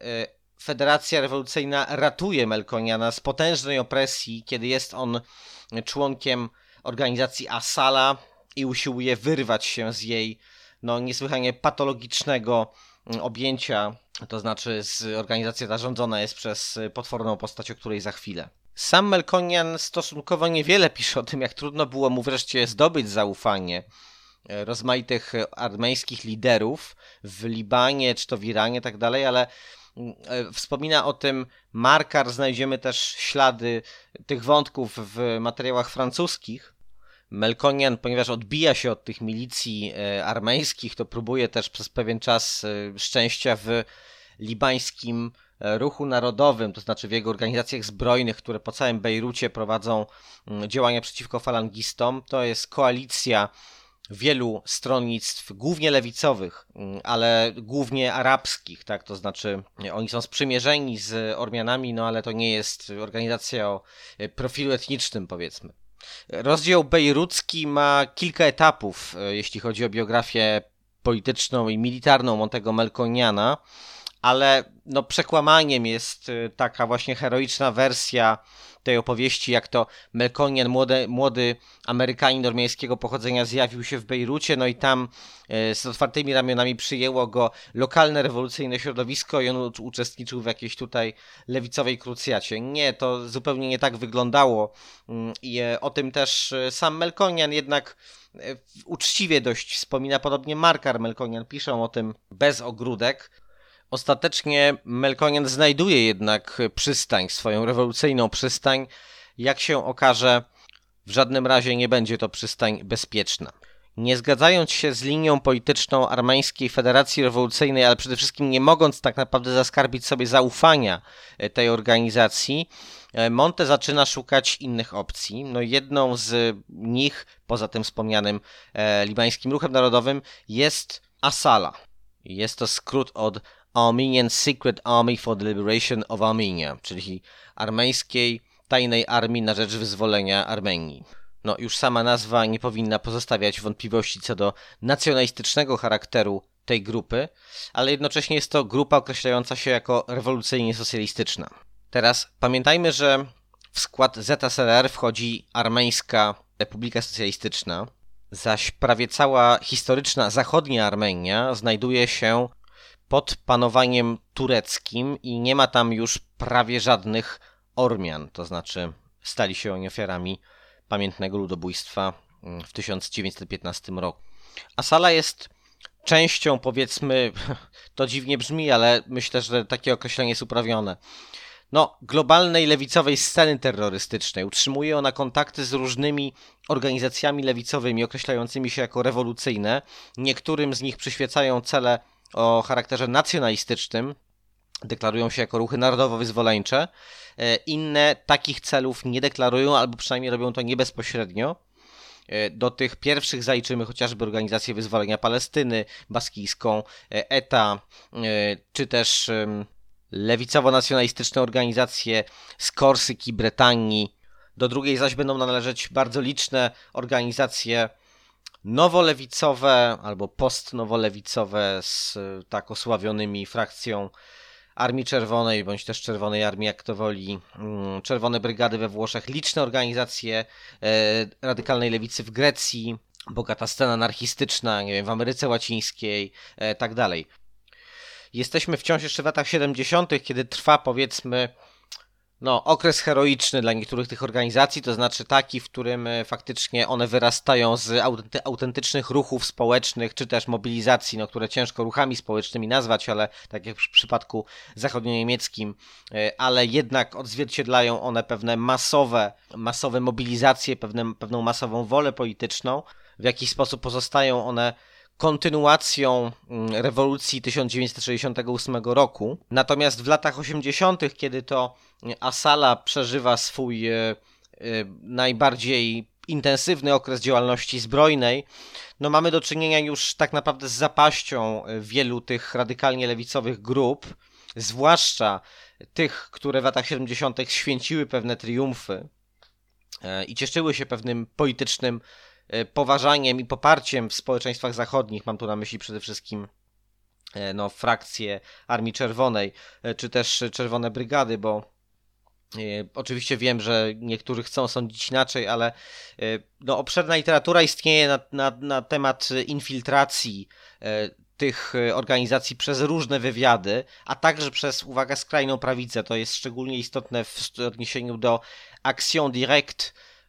Federacja Rewolucyjna ratuje Melkoniana z potężnej opresji, kiedy jest on członkiem organizacji Asala i usiłuje wyrwać się z jej niesłychanie patologicznego objęcia, to znaczy organizacja ta rządzona jest przez potworną postać, o której za chwilę. Sam Melkonian stosunkowo niewiele pisze o tym, jak trudno było mu wreszcie zdobyć zaufanie rozmaitych armeńskich liderów w Libanie, czy to w Iranie, tak dalej, ale wspomina o tym Markar, znajdziemy też ślady tych wątków w materiałach francuskich. Melkonian, ponieważ odbija się od tych milicji armeńskich, to próbuje też przez pewien czas szczęścia w libańskim ruchu narodowym, to znaczy w jego organizacjach zbrojnych, które po całym Bejrucie prowadzą działania przeciwko falangistom. To jest koalicja wielu stronnictw, głównie lewicowych, ale głównie arabskich, tak, to znaczy oni są sprzymierzeni z Ormianami, ale to nie jest organizacja o profilu etnicznym, powiedzmy. Rozdział bejrucki ma kilka etapów, jeśli chodzi o biografię polityczną i militarną Montego Melkoniana, ale przekłamaniem jest taka właśnie heroiczna wersja tej opowieści, jak to Melkonian, młody Amerykanin ormiańskiego pochodzenia, zjawił się w Bejrucie, i tam z otwartymi ramionami przyjęło go lokalne rewolucyjne środowisko i on uczestniczył w jakiejś tutaj lewicowej krucjacie. Nie, to zupełnie nie tak wyglądało i o tym też sam Melkonian jednak uczciwie dość wspomina, podobnie Markar Melkonian, piszą o tym bez ogródek. Ostatecznie Melkonian znajduje jednak przystań, swoją rewolucyjną przystań. Jak się okaże, w żadnym razie nie będzie to przystań bezpieczna. Nie zgadzając się z linią polityczną Armeńskiej Federacji Rewolucyjnej, ale przede wszystkim nie mogąc tak naprawdę zaskarbić sobie zaufania tej organizacji, Monte zaczyna szukać innych opcji. Jedną z nich, poza tym wspomnianym libańskim ruchem narodowym, jest Asala. Jest to skrót od Armenian Secret Army for the Liberation of Armenia, czyli armeńskiej tajnej armii na rzecz wyzwolenia Armenii. Już sama nazwa nie powinna pozostawiać wątpliwości co do nacjonalistycznego charakteru tej grupy, ale jednocześnie jest to grupa określająca się jako rewolucyjnie socjalistyczna. Teraz pamiętajmy, że w skład ZSRR wchodzi Armeńska Republika Socjalistyczna, zaś prawie cała historyczna zachodnia Armenia znajduje się pod panowaniem tureckim i nie ma tam już prawie żadnych Ormian, to znaczy stali się oni ofiarami pamiętnego ludobójstwa w 1915 roku. Asala jest częścią, powiedzmy, to dziwnie brzmi, ale myślę, że takie określenie jest uprawnione, globalnej lewicowej sceny terrorystycznej. Utrzymuje ona kontakty z różnymi organizacjami lewicowymi określającymi się jako rewolucyjne. Niektórym z nich przyświecają cele o charakterze nacjonalistycznym, deklarują się jako ruchy narodowo-wyzwoleńcze. Inne takich celów nie deklarują, albo przynajmniej robią to nie bezpośrednio. Do tych pierwszych zaliczymy chociażby Organizację Wyzwolenia Palestyny, baskijską, ETA, czy też lewicowo-nacjonalistyczne organizacje z Korsyki, Brytanii. Do drugiej zaś będą należeć bardzo liczne organizacje nowolewicowe albo postnowolewicowe z tak osławionymi frakcją Armii Czerwonej, bądź też Czerwonej Armii, jak to woli, Czerwone Brygady we Włoszech, liczne organizacje radykalnej lewicy w Grecji, bogata scena anarchistyczna, nie wiem, w Ameryce Łacińskiej, tak dalej. Jesteśmy wciąż jeszcze w latach 70., kiedy trwa, powiedzmy, okres heroiczny dla niektórych tych organizacji, to znaczy taki, w którym faktycznie one wyrastają z autentycznych ruchów społecznych, czy też mobilizacji, które ciężko ruchami społecznymi nazwać, ale tak jak w przypadku zachodnioniemieckim, ale jednak odzwierciedlają one pewne masowe mobilizacje, pewną masową wolę polityczną. W jakiś sposób pozostają one kontynuacją rewolucji 1968 roku. Natomiast w latach 80., kiedy to Asala przeżywa swój najbardziej intensywny okres działalności zbrojnej, mamy do czynienia już tak naprawdę z zapaścią wielu tych radykalnie lewicowych grup, zwłaszcza tych, które w latach 70. święciły pewne triumfy i cieszyły się pewnym politycznym poważaniem i poparciem w społeczeństwach zachodnich. Mam tu na myśli przede wszystkim frakcje Armii Czerwonej, czy też Czerwone Brygady, bo oczywiście wiem, że niektórzy chcą sądzić inaczej, ale obszerna literatura istnieje na temat infiltracji tych organizacji przez różne wywiady, a także przez, uwaga, skrajną prawicę. To jest szczególnie istotne w odniesieniu do Action Directe.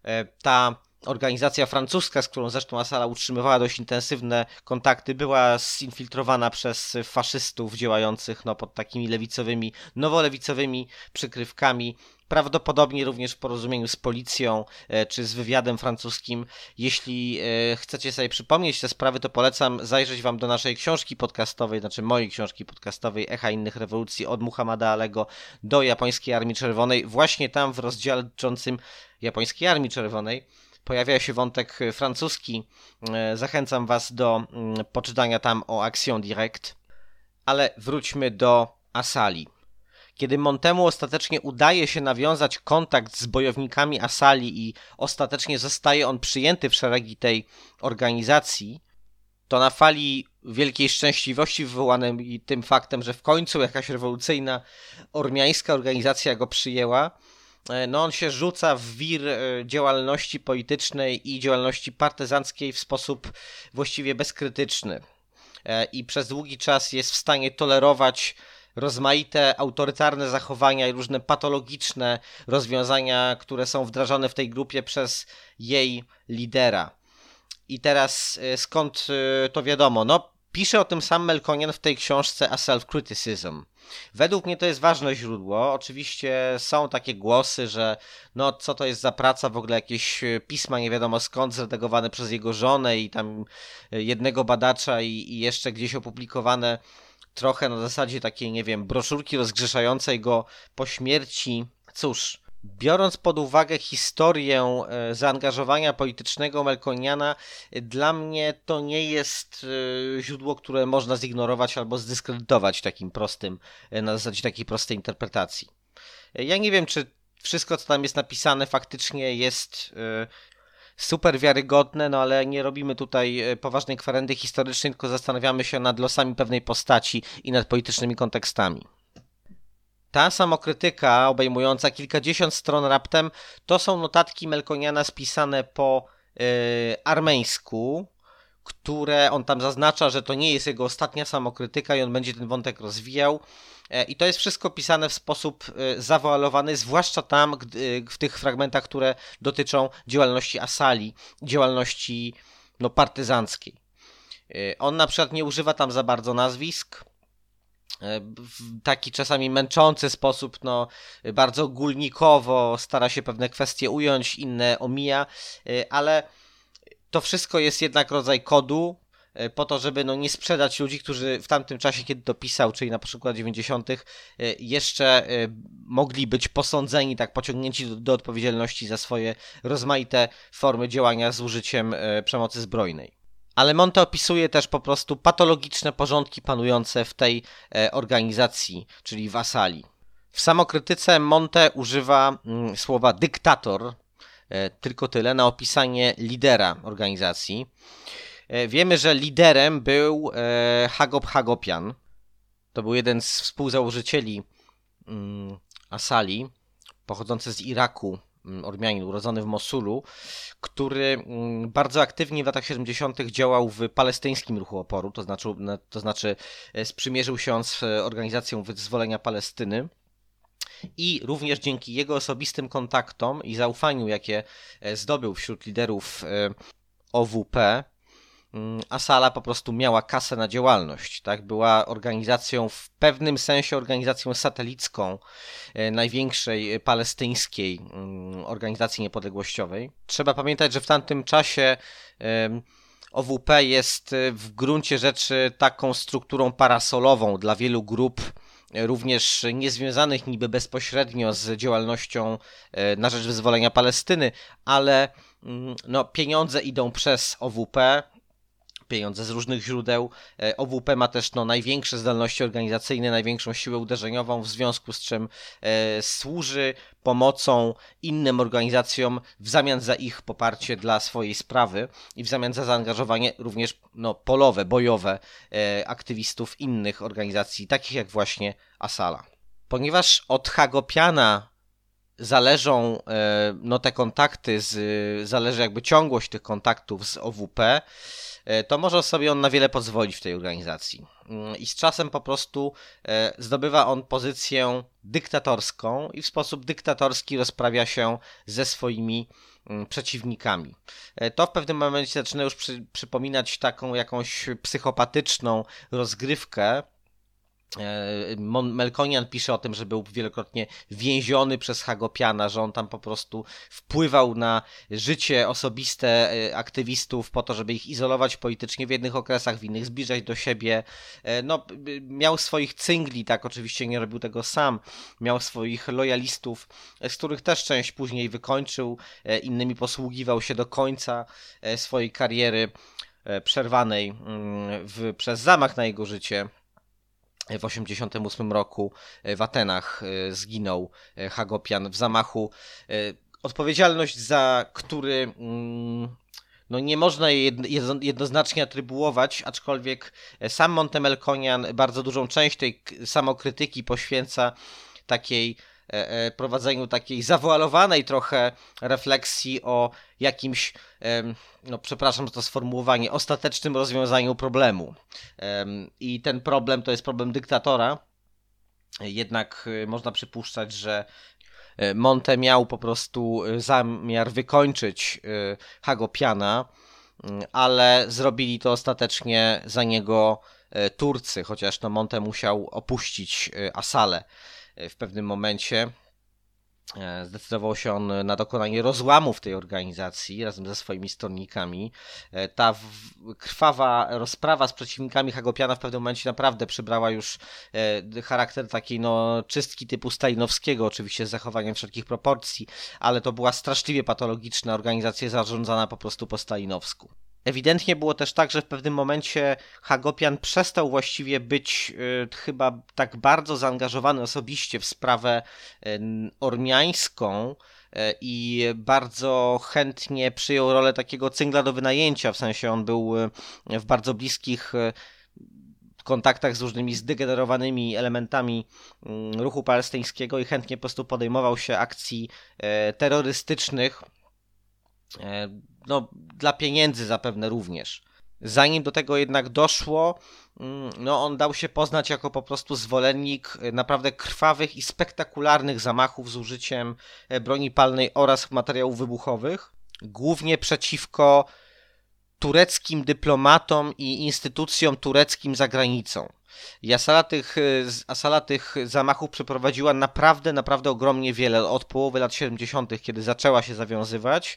Ta organizacja francuska, z którą zresztą Asala utrzymywała dość intensywne kontakty, była zinfiltrowana przez faszystów działających pod takimi lewicowymi, nowolewicowymi przykrywkami, prawdopodobnie również w porozumieniu z policją czy z wywiadem francuskim. Jeśli chcecie sobie przypomnieć te sprawy, to polecam zajrzeć wam do naszej książki podcastowej, znaczy mojej książki podcastowej Echa innych rewolucji, od Muhammada Alego do Japońskiej Armii Czerwonej. Właśnie tam w rozdziale dotyczącym Japońskiej Armii Czerwonej pojawia się wątek francuski. Zachęcam was do poczytania tam o Action Directe. Ale wróćmy do Asali. Kiedy Montemu ostatecznie udaje się nawiązać kontakt z bojownikami Asali i ostatecznie zostaje on przyjęty w szeregi tej organizacji, to na fali wielkiej szczęśliwości wywołanej tym faktem, że w końcu jakaś rewolucyjna ormiańska organizacja go przyjęła, on się rzuca w wir działalności politycznej i działalności partyzanckiej w sposób właściwie bezkrytyczny. I przez długi czas jest w stanie tolerować rozmaite autorytarne zachowania i różne patologiczne rozwiązania, które są wdrażane w tej grupie przez jej lidera. I teraz skąd to wiadomo? Pisze o tym sam Melkonian w tej książce A Self-Criticism. Według mnie to jest ważne źródło. Oczywiście są takie głosy, że co to jest za praca, w ogóle jakieś pisma nie wiadomo skąd zredagowane przez jego żonę i tam jednego badacza i jeszcze gdzieś opublikowane trochę na zasadzie takiej, nie wiem, broszurki rozgrzeszającej go po śmierci. Cóż, biorąc pod uwagę historię zaangażowania politycznego Melkoniana, dla mnie to nie jest źródło, które można zignorować albo zdyskredytować na zasadzie takiej prostej interpretacji. Ja nie wiem, czy wszystko, co tam jest napisane, faktycznie jest super wiarygodne, ale nie robimy tutaj poważnej kwerendy historycznej, tylko zastanawiamy się nad losami pewnej postaci i nad politycznymi kontekstami. Ta samokrytyka, obejmująca kilkadziesiąt stron raptem, to są notatki Melkoniana spisane po armeńsku, które on tam zaznacza, że to nie jest jego ostatnia samokrytyka i on będzie ten wątek rozwijał. I to jest wszystko pisane w sposób zawoalowany, zwłaszcza tam w tych fragmentach, które dotyczą działalności Asali, działalności partyzanckiej. On na przykład nie używa tam za bardzo nazwisk. W taki czasami męczący sposób, bardzo ogólnikowo stara się pewne kwestie ująć, inne omija, ale to wszystko jest jednak rodzaj kodu po to, żeby nie sprzedać ludzi, którzy w tamtym czasie, kiedy to pisał, czyli na przykład 90., jeszcze mogli być posądzeni, pociągnięci do odpowiedzialności za swoje rozmaite formy działania z użyciem przemocy zbrojnej. Ale Monte opisuje też po prostu patologiczne porządki panujące w tej organizacji, czyli w Asali. W samokrytyce Monte używa słowa dyktator, tylko tyle, na opisanie lidera organizacji. Wiemy, że liderem był Hagop Hagopian. To był jeden z współzałożycieli Asali, pochodzący z Iraku, Ormianin, urodzony w Mosulu, który bardzo aktywnie w latach 70. działał w palestyńskim ruchu oporu, to znaczy sprzymierzył się on z Organizacją Wyzwolenia Palestyny i również dzięki jego osobistym kontaktom i zaufaniu, jakie zdobył wśród liderów OWP, Asala po prostu miała kasę na działalność, tak? Była organizacją, w pewnym sensie organizacją satelicką największej palestyńskiej organizacji niepodległościowej. Trzeba pamiętać, że w tamtym czasie OWP jest w gruncie rzeczy taką strukturą parasolową dla wielu grup, również niezwiązanych niby bezpośrednio z działalnością na rzecz wyzwolenia Palestyny, ale pieniądze idą przez OWP, pieniądze z różnych źródeł. OWP ma też największe zdolności organizacyjne, największą siłę uderzeniową, w związku z czym służy pomocą innym organizacjom w zamian za ich poparcie dla swojej sprawy i w zamian za zaangażowanie również polowe, bojowe aktywistów innych organizacji, takich jak właśnie Asala. Ponieważ od Hagopiana zależą te kontakty, zależy jakby ciągłość tych kontaktów z OWP, to może sobie on na wiele pozwolić w tej organizacji. I z czasem po prostu zdobywa on pozycję dyktatorską i w sposób dyktatorski rozprawia się ze swoimi przeciwnikami. To w pewnym momencie zaczyna już przypominać taką jakąś psychopatyczną rozgrywkę. Melkonian pisze o tym, że był wielokrotnie więziony przez Hagopiana, że on tam po prostu wpływał na życie osobiste aktywistów po to, żeby ich izolować politycznie w jednych okresach, w innych zbliżać do siebie. Miał swoich cyngli, tak, oczywiście nie robił tego sam. Miał swoich lojalistów, z których też część później wykończył, innymi posługiwał się do końca swojej kariery przerwanej przez zamach na jego życie. W 1988 roku w Atenach zginął Hagopian w zamachu, odpowiedzialność za który nie można jej jednoznacznie atrybuować, aczkolwiek sam Monte Melkonian bardzo dużą część tej samokrytyki poświęca prowadzeniu takiej zawoalowanej trochę refleksji o jakimś, przepraszam za to sformułowanie, ostatecznym rozwiązaniu problemu. I ten problem to jest problem dyktatora, jednak można przypuszczać, że Monte miał po prostu zamiar wykończyć Hagopiana, ale zrobili to ostatecznie za niego Turcy, chociaż Monte musiał opuścić Asalę w pewnym momencie. Zdecydował się on na dokonanie rozłamu w tej organizacji razem ze swoimi stronnikami. Ta krwawa rozprawa z przeciwnikami Hagopiana w pewnym momencie naprawdę przybrała już charakter takiej czystki typu stalinowskiego, oczywiście z zachowaniem wszelkich proporcji, ale to była straszliwie patologiczna organizacja zarządzana po prostu po stalinowsku. Ewidentnie było też tak, że w pewnym momencie Hagopian przestał właściwie być chyba tak bardzo zaangażowany osobiście w sprawę ormiańską i bardzo chętnie przyjął rolę takiego cyngla do wynajęcia, w sensie on był w bardzo bliskich kontaktach z różnymi zdegenerowanymi elementami ruchu palestyńskiego i chętnie po prostu podejmował się akcji terrorystycznych, dla pieniędzy zapewne również. Zanim do tego jednak doszło, on dał się poznać jako po prostu zwolennik naprawdę krwawych i spektakularnych zamachów z użyciem broni palnej oraz materiałów wybuchowych, głównie przeciwko tureckim dyplomatom i instytucjom tureckim za granicą. I Asala tych zamachów przeprowadziła naprawdę ogromnie wiele, od połowy lat 70., kiedy zaczęła się zawiązywać,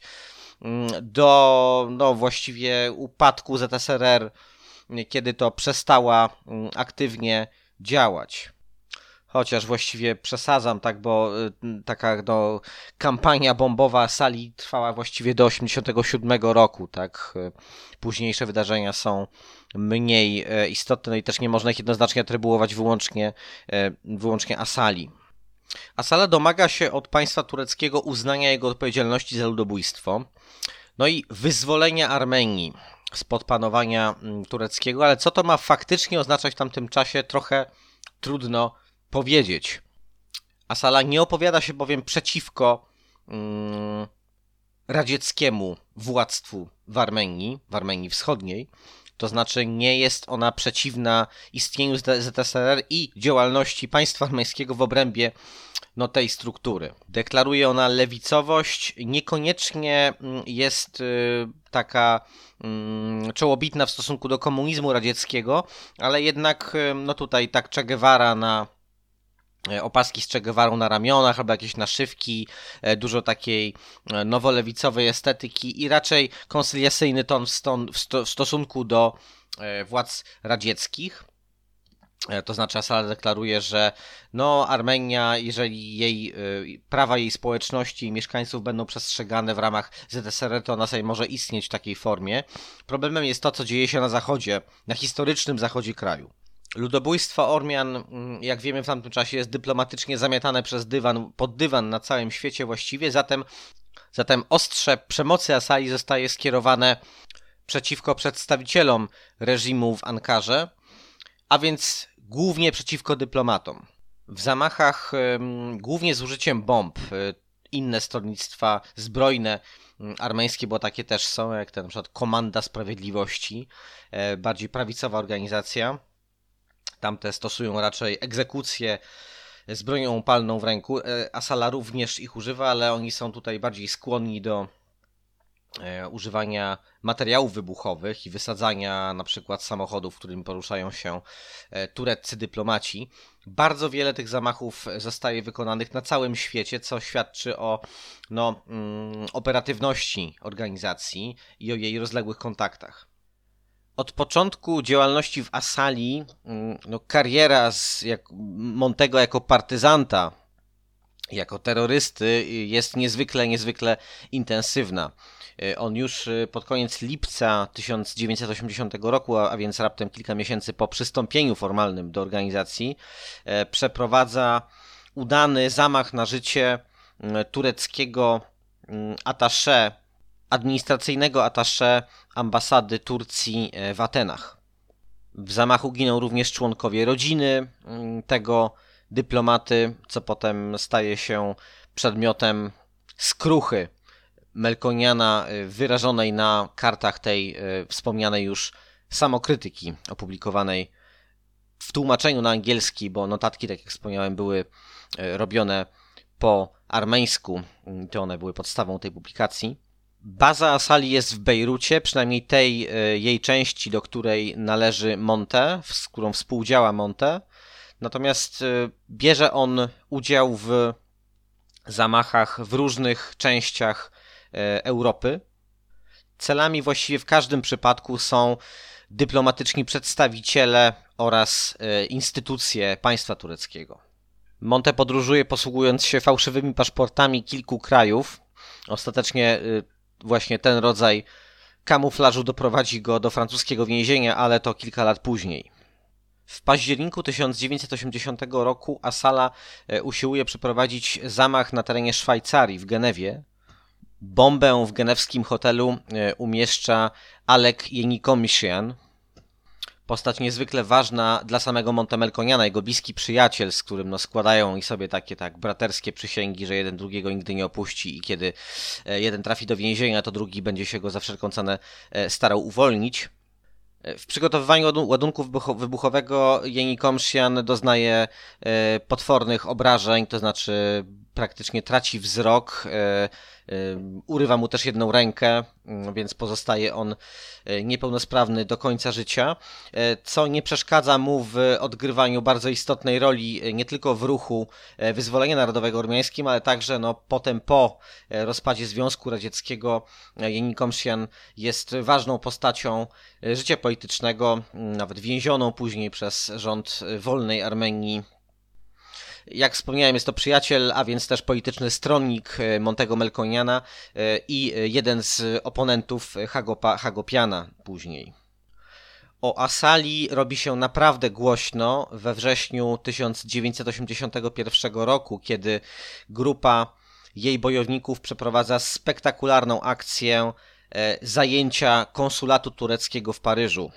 do właściwie upadku ZSRR, kiedy to przestała aktywnie działać. chociaż właściwie przesadzam, tak, bo taka kampania bombowa Asali trwała właściwie do 1987 roku, tak. Późniejsze wydarzenia są mniej istotne, no i też nie można ich jednoznacznie atrybuować wyłącznie Asali. Asala domaga się od państwa tureckiego uznania jego odpowiedzialności za ludobójstwo, no i wyzwolenia Armenii spod panowania tureckiego, ale co to ma faktycznie oznaczać w tamtym czasie, trochę trudno powiedzieć. Asala nie opowiada się bowiem przeciwko radzieckiemu władztwu w Armenii Wschodniej, to znaczy nie jest ona przeciwna istnieniu ZSRR i działalności państwa armeńskiego w obrębie tej struktury. Deklaruje ona lewicowość, niekoniecznie jest taka czołobitna w stosunku do komunizmu radzieckiego, ale jednak tutaj tak Che Guevara opaski z Che Guevarą na ramionach, albo jakieś naszywki, dużo takiej nowolewicowej estetyki i raczej koncyliacyjny ton w stosunku do władz radzieckich. To znaczy Asala deklaruje, że Armenia, jeżeli prawa jej społeczności i mieszkańców będą przestrzegane w ramach ZSRR, to ona sobie może istnieć w takiej formie. Problemem jest to, co dzieje się na zachodzie, na historycznym zachodzie kraju. Ludobójstwo Ormian, jak wiemy, w tamtym czasie jest dyplomatycznie zamiatane pod dywan na całym świecie właściwie, zatem ostrze przemocy Asali zostaje skierowane przeciwko przedstawicielom reżimu w Ankarze, a więc głównie przeciwko dyplomatom. W zamachach, głównie z użyciem bomb, inne stronnictwa zbrojne armeńskie, bo takie też są, jak na przykład Komanda Sprawiedliwości, bardziej prawicowa organizacja. Tamte stosują raczej egzekucje z bronią palną w ręku. Asala również ich używa, ale oni są tutaj bardziej skłonni do używania materiałów wybuchowych i wysadzania na przykład samochodów, w którym poruszają się tureccy dyplomaci. Bardzo wiele tych zamachów zostaje wykonanych na całym świecie, co świadczy o operatywności organizacji i o jej rozległych kontaktach. Od początku działalności w Asali kariera Montego jako partyzanta, jako terrorysty jest niezwykle intensywna. On już pod koniec lipca 1980 roku, a więc raptem kilka miesięcy po przystąpieniu formalnym do organizacji, przeprowadza udany zamach na życie tureckiego administracyjnego attaché ambasady Turcji w Atenach. W zamachu giną również członkowie rodziny tego dyplomaty, co potem staje się przedmiotem skruchy Melkoniana wyrażonej na kartach tej wspomnianej już samokrytyki opublikowanej w tłumaczeniu na angielski, bo notatki, tak jak wspomniałem, były robione po armeńsku, to one były podstawą tej publikacji. Baza Asali jest w Bejrucie, przynajmniej tej jej części, do której należy Monte, z którą współdziała Monte. Natomiast bierze on udział w zamachach w różnych częściach Europy. Celami właściwie w każdym przypadku są dyplomatyczni przedstawiciele oraz instytucje państwa tureckiego. Monte podróżuje posługując się fałszywymi paszportami kilku krajów. Ostatecznie właśnie ten rodzaj kamuflażu doprowadzi go do francuskiego więzienia, ale to kilka lat później. W październiku 1980 roku Asala usiłuje przeprowadzić zamach na terenie Szwajcarii w Genewie. Bombę w genewskim hotelu umieszcza Alek Jenikomysyan, postać niezwykle ważna dla samego Montemelkoniana, jego bliski przyjaciel, z którym składają i sobie takie braterskie przysięgi, że jeden drugiego nigdy nie opuści i kiedy jeden trafi do więzienia, to drugi będzie się go za wszelką cenę starał uwolnić. W przygotowywaniu ładunku wybuchowego Jenikomysyan doznaje potwornych obrażeń, to znaczy praktycznie traci wzrok, urywa mu też jedną rękę, więc pozostaje on niepełnosprawny do końca życia, co nie przeszkadza mu w odgrywaniu bardzo istotnej roli nie tylko w ruchu wyzwolenia narodowego ormiańskim, ale także potem po rozpadzie Związku Radzieckiego Jenikomysyan jest ważną postacią życia politycznego, nawet więzioną później przez rząd wolnej Armenii Jak wspomniałem, jest to przyjaciel, a więc też polityczny stronnik Montego Melkoniana i jeden z oponentów Hagopiana później. O Asali robi się naprawdę głośno we wrześniu 1981 roku, kiedy grupa jej bojowników przeprowadza spektakularną akcję zajęcia konsulatu tureckiego w Paryżu.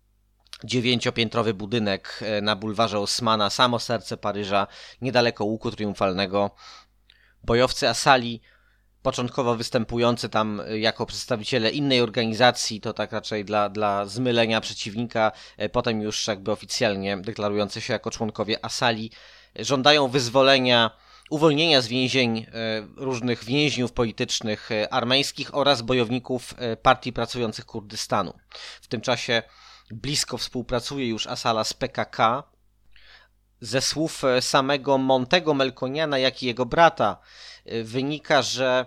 9-piętrowy budynek na bulwarze Osmana, samo serce Paryża, niedaleko Łuku Triumfalnego. Bojowcy Asali, początkowo występujący tam jako przedstawiciele innej organizacji, to tak raczej dla zmylenia przeciwnika, potem już jakby oficjalnie deklarujący się jako członkowie Asali, żądają uwolnienia z więzień różnych więźniów politycznych armeńskich oraz bojowników Partii Pracujących Kurdystanu. W tym czasie blisko współpracuje już Asala z PKK. Ze słów samego Montego Melkoniana, jak i jego brata wynika, że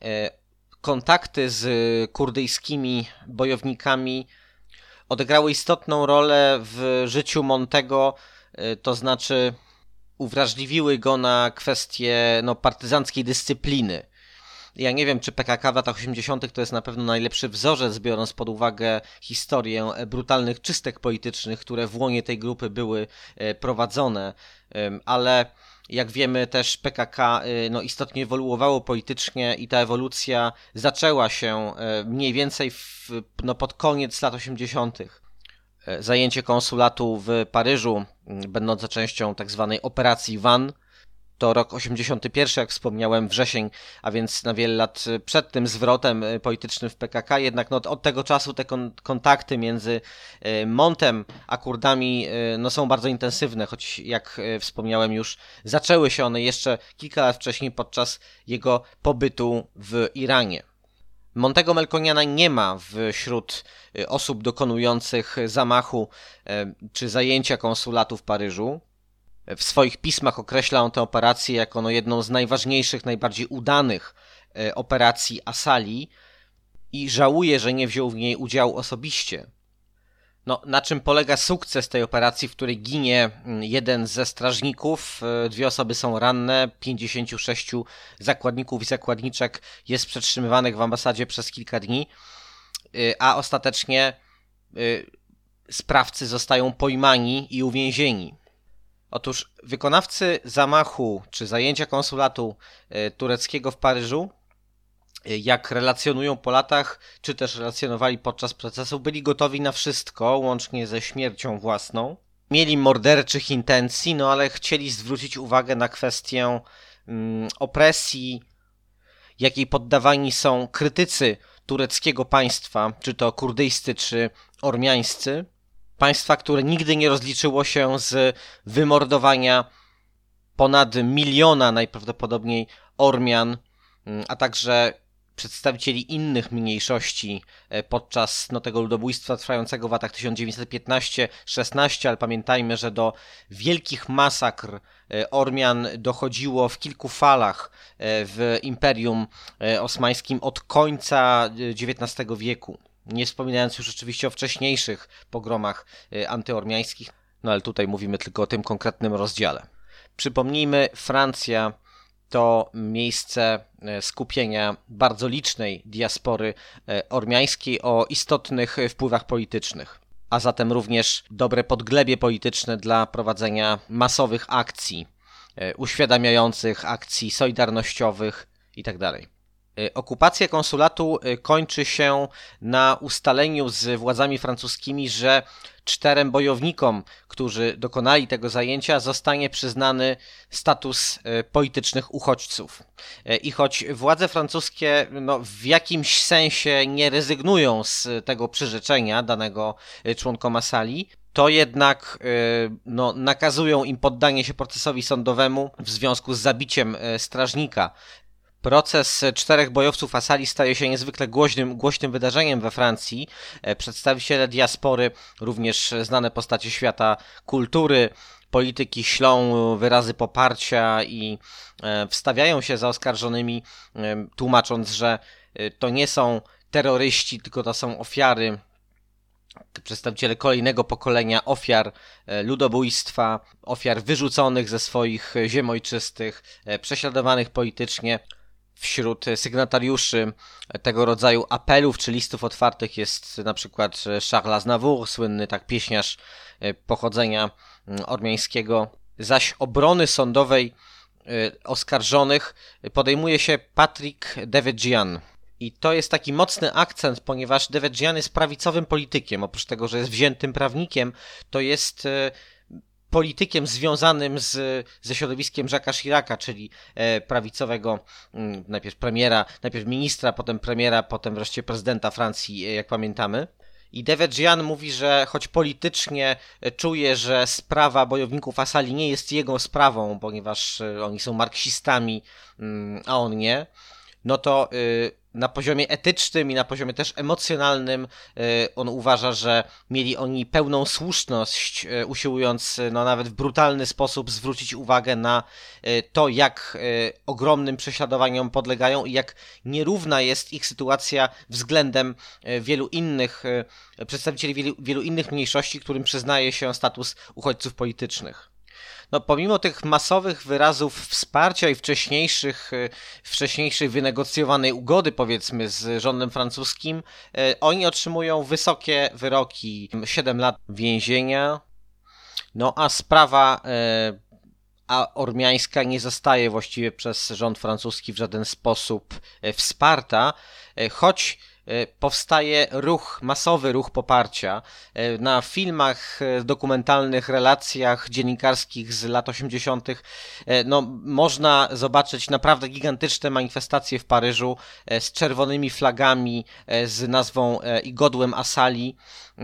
kontakty z kurdyjskimi bojownikami odegrały istotną rolę w życiu Montego, to znaczy uwrażliwiły go na kwestie partyzanckiej dyscypliny. Ja nie wiem, czy PKK w latach 80. to jest na pewno najlepszy wzorzec, biorąc pod uwagę historię brutalnych czystek politycznych, które w łonie tej grupy były prowadzone, ale jak wiemy też PKK istotnie ewoluowało politycznie i ta ewolucja zaczęła się mniej więcej pod koniec lat 80. Zajęcie konsulatu w Paryżu, będące częścią tak zwanej operacji Van, to rok 81, jak wspomniałem, wrzesień, a więc na wiele lat przed tym zwrotem politycznym w PKK, jednak od tego czasu te kontakty między Montem a Kurdami są bardzo intensywne, choć jak wspomniałem już, zaczęły się one jeszcze kilka lat wcześniej podczas jego pobytu w Iranie. Montego Melkoniana nie ma wśród osób dokonujących zamachu czy zajęcia konsulatu w Paryżu. W swoich pismach określa on tę operację jako jedną z najważniejszych, najbardziej udanych operacji Asali i żałuje, że nie wziął w niej udziału osobiście. Na czym polega sukces tej operacji, w której ginie jeden ze strażników, 2 osoby są ranne, 56 zakładników i zakładniczek jest przetrzymywanych w ambasadzie przez kilka dni, a ostatecznie sprawcy zostają pojmani i uwięzieni. Otóż wykonawcy zamachu czy zajęcia konsulatu tureckiego w Paryżu, jak relacjonują po latach, czy też relacjonowali podczas procesu, byli gotowi na wszystko, łącznie ze śmiercią własną. Mieli morderczych intencji, ale chcieli zwrócić uwagę na kwestię opresji, jakiej poddawani są krytycy tureckiego państwa, czy to kurdyjscy, czy ormiańscy. Państwa, które nigdy nie rozliczyło się z wymordowania ponad 1 miliona najprawdopodobniej Ormian, a także przedstawicieli innych mniejszości podczas tego ludobójstwa trwającego w latach 1915-16, ale pamiętajmy, że do wielkich masakr Ormian dochodziło w kilku falach w Imperium Osmańskim od końca XIX wieku. Nie wspominając już oczywiście o wcześniejszych pogromach antyormiańskich, ale tutaj mówimy tylko o tym konkretnym rozdziale. Przypomnijmy, Francja to miejsce skupienia bardzo licznej diaspory ormiańskiej o istotnych wpływach politycznych, a zatem również dobre podglebie polityczne dla prowadzenia masowych akcji, uświadamiających, akcji solidarnościowych itd. Okupacja konsulatu kończy się na ustaleniu z władzami francuskimi, że 4 bojownikom, którzy dokonali tego zajęcia, zostanie przyznany status politycznych uchodźców. I choć władze francuskie w jakimś sensie nie rezygnują z tego przyrzeczenia danego członkom Asali, to jednak nakazują im poddanie się procesowi sądowemu w związku z zabiciem strażnika. Proces 4 bojowców Asali staje się niezwykle głośnym wydarzeniem we Francji. Przedstawiciele diaspory, również znane postacie świata kultury, polityki ślą wyrazy poparcia i wstawiają się za oskarżonymi, tłumacząc, że to nie są terroryści, tylko to są ofiary przedstawiciele kolejnego pokolenia ofiar ludobójstwa, ofiar wyrzuconych ze swoich ziem ojczystych, prześladowanych politycznie. Wśród sygnatariuszy tego rodzaju apelów czy listów otwartych jest na przykład Charles Aznavour, słynny pieśniarz pochodzenia ormiańskiego. Zaś obrony sądowej oskarżonych podejmuje się Patrick Devedjian. I to jest taki mocny akcent, ponieważ Devedjian jest prawicowym politykiem. Oprócz tego, że jest wziętym prawnikiem, to jest politykiem związanym ze środowiskiem Jacques'a Chiraca, czyli prawicowego najpierw ministra, potem premiera, potem wreszcie prezydenta Francji, jak pamiętamy. I Devedjian mówi, że choć politycznie czuje, że sprawa bojowników Asali nie jest jego sprawą, ponieważ oni są marksistami, a on nie, no to na poziomie etycznym i na poziomie też emocjonalnym on uważa, że mieli oni pełną słuszność, usiłując nawet w brutalny sposób zwrócić uwagę na to, jak ogromnym prześladowaniom podlegają i jak nierówna jest ich sytuacja względem wielu innych przedstawicieli wielu innych mniejszości, którym przyznaje się status uchodźców politycznych. No, pomimo tych masowych wyrazów wsparcia i wcześniejszej wynegocjowanej ugody, powiedzmy, z rządem francuskim, oni otrzymują wysokie wyroki, 7 lat więzienia, no a sprawa ormiańska nie zostaje właściwie przez rząd francuski w żaden sposób wsparta, choć powstaje masowy ruch poparcia. Na filmach dokumentalnych, relacjach dziennikarskich z lat 80. Można zobaczyć naprawdę gigantyczne manifestacje w Paryżu z czerwonymi flagami, z nazwą i godłem Asali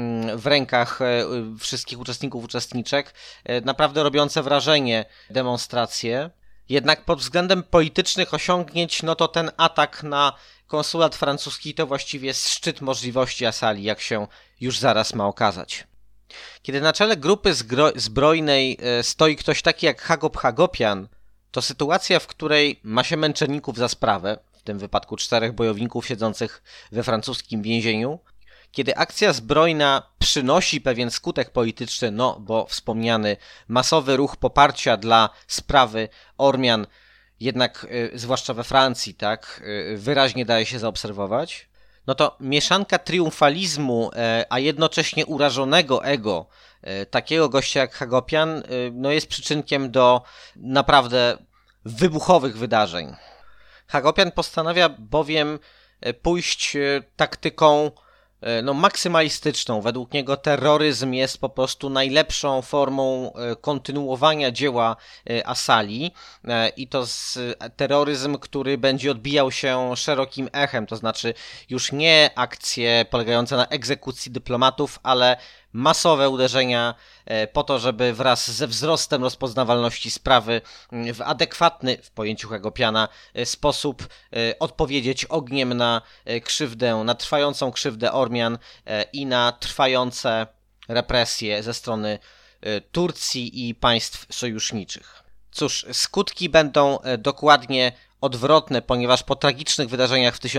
w rękach wszystkich uczestniczek. Naprawdę robiące wrażenie demonstracje. Jednak pod względem politycznych osiągnięć, to ten atak na konsulat francuski to właściwie jest szczyt możliwości Asali, jak się już zaraz ma okazać. Kiedy na czele grupy zbrojnej stoi ktoś taki jak Hagop Hagopian, to sytuacja, w której ma się męczenników za sprawę, w tym wypadku 4 bojowników siedzących we francuskim więzieniu, kiedy akcja zbrojna przynosi pewien skutek polityczny, bo wspomniany masowy ruch poparcia dla sprawy Ormian jednak, zwłaszcza we Francji, wyraźnie daje się zaobserwować, to mieszanka triumfalizmu, a jednocześnie urażonego ego takiego gościa jak Hagopian, jest przyczynkiem do naprawdę wybuchowych wydarzeń. Hagopian postanawia bowiem pójść taktyką maksymalistyczną. Według niego terroryzm jest po prostu najlepszą formą kontynuowania dzieła Asali i to terroryzm, który będzie odbijał się szerokim echem, to znaczy już nie akcje polegające na egzekucji dyplomatów, ale masowe uderzenia po to, żeby wraz ze wzrostem rozpoznawalności sprawy w adekwatny, w pojęciu Hagopiana, sposób odpowiedzieć ogniem na krzywdę, na trwającą krzywdę Ormian i na trwające represje ze strony Turcji i państw sojuszniczych. Cóż, skutki będą dokładnie odwrotne, ponieważ po tragicznych wydarzeniach w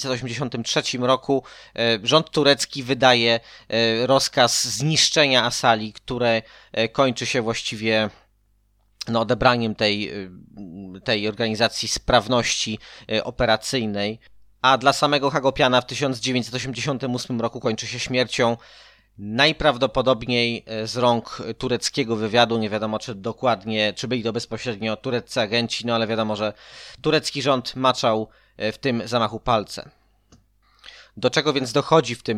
1983 roku rząd turecki wydaje rozkaz zniszczenia Asali, które kończy się właściwie odebraniem tej organizacji sprawności operacyjnej, a dla samego Hagopiana w 1988 roku kończy się śmiercią, najprawdopodobniej z rąk tureckiego wywiadu. Nie wiadomo, czy dokładnie, czy byli to bezpośrednio tureccy agenci, ale wiadomo, że turecki rząd maczał w tym zamachu palce. Do czego więc dochodzi w tym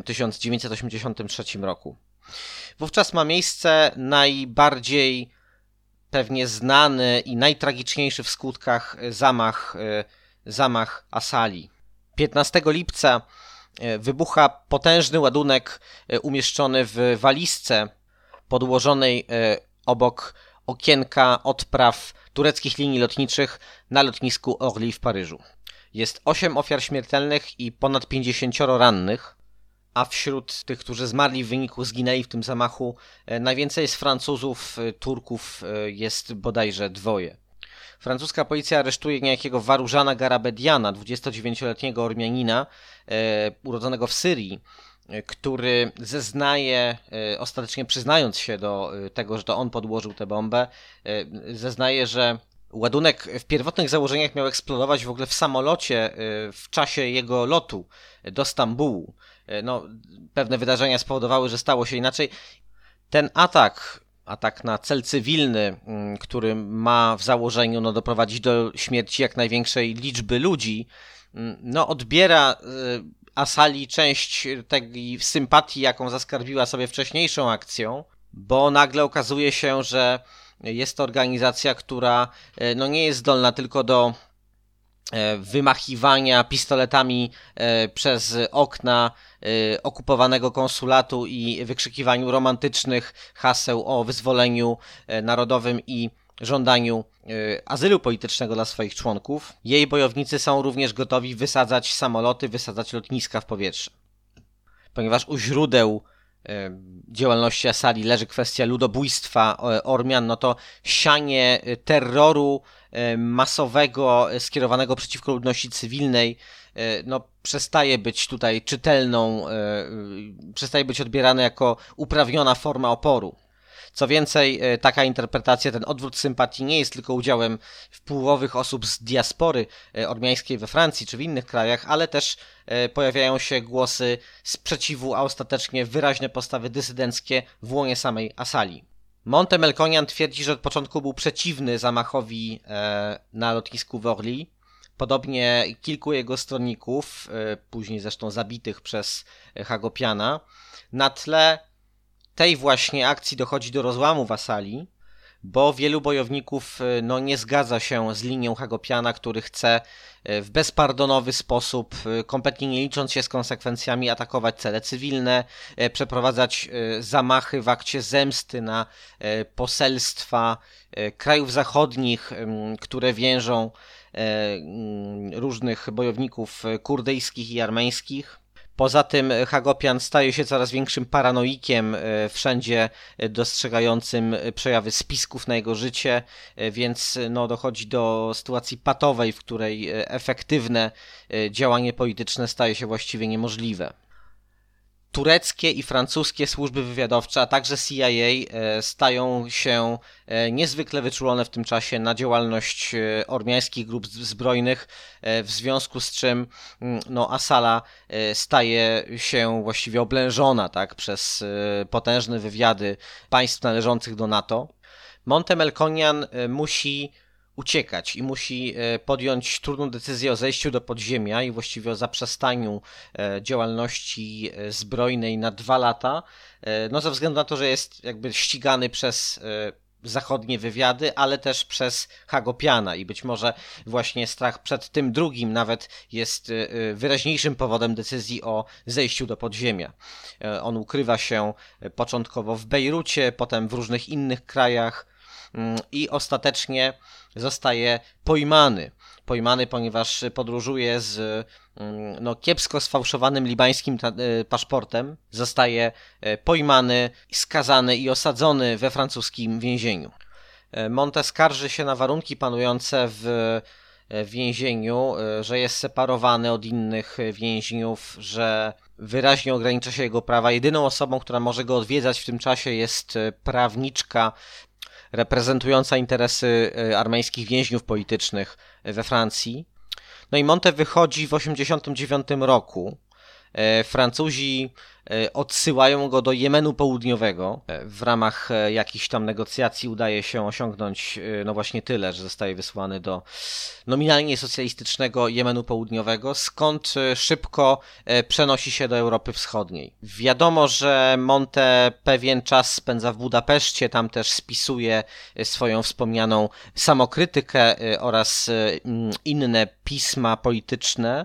1983 roku? Wówczas ma miejsce najbardziej pewnie znany i najtragiczniejszy w skutkach zamach Asali. 15 lipca wybucha potężny ładunek umieszczony w walizce podłożonej obok okienka odpraw tureckich linii lotniczych na lotnisku Orly w Paryżu. Jest 8 ofiar śmiertelnych i ponad 50 rannych, a wśród tych, którzy zginęli w tym zamachu, najwięcej jest Francuzów, Turków jest bodajże 2. Francuska policja aresztuje niejakiego Varujana Garabediana, 29-letniego Ormianina, urodzonego w Syrii, który zeznaje, ostatecznie przyznając się do tego, że to on podłożył tę bombę, zeznaje, że ładunek w pierwotnych założeniach miał eksplodować w ogóle w samolocie w czasie jego lotu do Stambułu. No, pewne wydarzenia spowodowały, że stało się inaczej. Ten atak na cel cywilny, który ma w założeniu doprowadzić do śmierci jak największej liczby ludzi, odbiera Asali część tej sympatii, jaką zaskarbiła sobie wcześniejszą akcją, bo nagle okazuje się, że jest to organizacja, która nie jest zdolna tylko do wymachiwania pistoletami przez okna okupowanego konsulatu i wykrzykiwaniu romantycznych haseł o wyzwoleniu narodowym i żądaniu azylu politycznego dla swoich członków. Jej bojownicy są również gotowi wysadzać samoloty, wysadzać lotniska w powietrze. Ponieważ u źródeł działalności Asali leży kwestia ludobójstwa Ormian, to sianie terroru masowego skierowanego przeciwko ludności cywilnej przestaje być tutaj czytelną, przestaje być odbierane jako uprawniona forma oporu. Co więcej, taka interpretacja, ten odwrót sympatii nie jest tylko udziałem wpływowych osób z diaspory ormiańskiej we Francji czy w innych krajach, ale też pojawiają się głosy sprzeciwu, a ostatecznie wyraźne postawy dysydenckie w łonie samej Asali. Monte Melkonian twierdzi, że od początku był przeciwny zamachowi na lotnisku w Orly. Podobnie kilku jego stronników, później zresztą zabitych przez Hagopiana. Na tle tej właśnie akcji dochodzi do rozłamu w Asali, bo wielu bojowników nie zgadza się z linią Hagopiana, który chce w bezpardonowy sposób, kompletnie nie licząc się z konsekwencjami, atakować cele cywilne, przeprowadzać zamachy w akcie zemsty na poselstwa krajów zachodnich, które więżą różnych bojowników kurdyjskich i armeńskich. Poza tym Hagopian staje się coraz większym paranoikiem, wszędzie dostrzegającym przejawy spisków na jego życie, więc dochodzi do sytuacji patowej, w której efektywne działanie polityczne staje się właściwie niemożliwe. Tureckie i francuskie służby wywiadowcze, a także CIA stają się niezwykle wyczulone w tym czasie na działalność ormiańskich grup zbrojnych, w związku z czym Asala staje się właściwie oblężona przez potężne wywiady państw należących do NATO. Monte Melkonian musi uciekać i musi podjąć trudną decyzję o zejściu do podziemia i właściwie o zaprzestaniu działalności zbrojnej na 2 lata, ze względu na to, że jest jakby ścigany przez zachodnie wywiady, ale też przez Hagopiana i być może właśnie strach przed tym drugim nawet jest wyraźniejszym powodem decyzji o zejściu do podziemia. On ukrywa się początkowo w Bejrucie, potem w różnych innych krajach i ostatecznie zostaje pojmany, ponieważ podróżuje z kiepsko sfałszowanym libańskim paszportem. Zostaje pojmany, skazany i osadzony we francuskim więzieniu. Monte skarży się na warunki panujące w więzieniu, że jest separowany od innych więźniów, że wyraźnie ogranicza się jego prawa. Jedyną osobą, która może go odwiedzać w tym czasie, jest prawniczka reprezentująca interesy armeńskich więźniów politycznych we Francji. I Monte wychodzi w 1989 roku. Francuzi odsyłają go do Jemenu Południowego. W ramach jakichś tam negocjacji udaje się osiągnąć właśnie tyle, że zostaje wysłany do nominalnie socjalistycznego Jemenu Południowego, skąd szybko przenosi się do Europy Wschodniej. Wiadomo, że Monte pewien czas spędza w Budapeszcie, tam też spisuje swoją wspomnianą samokrytykę oraz inne pisma polityczne.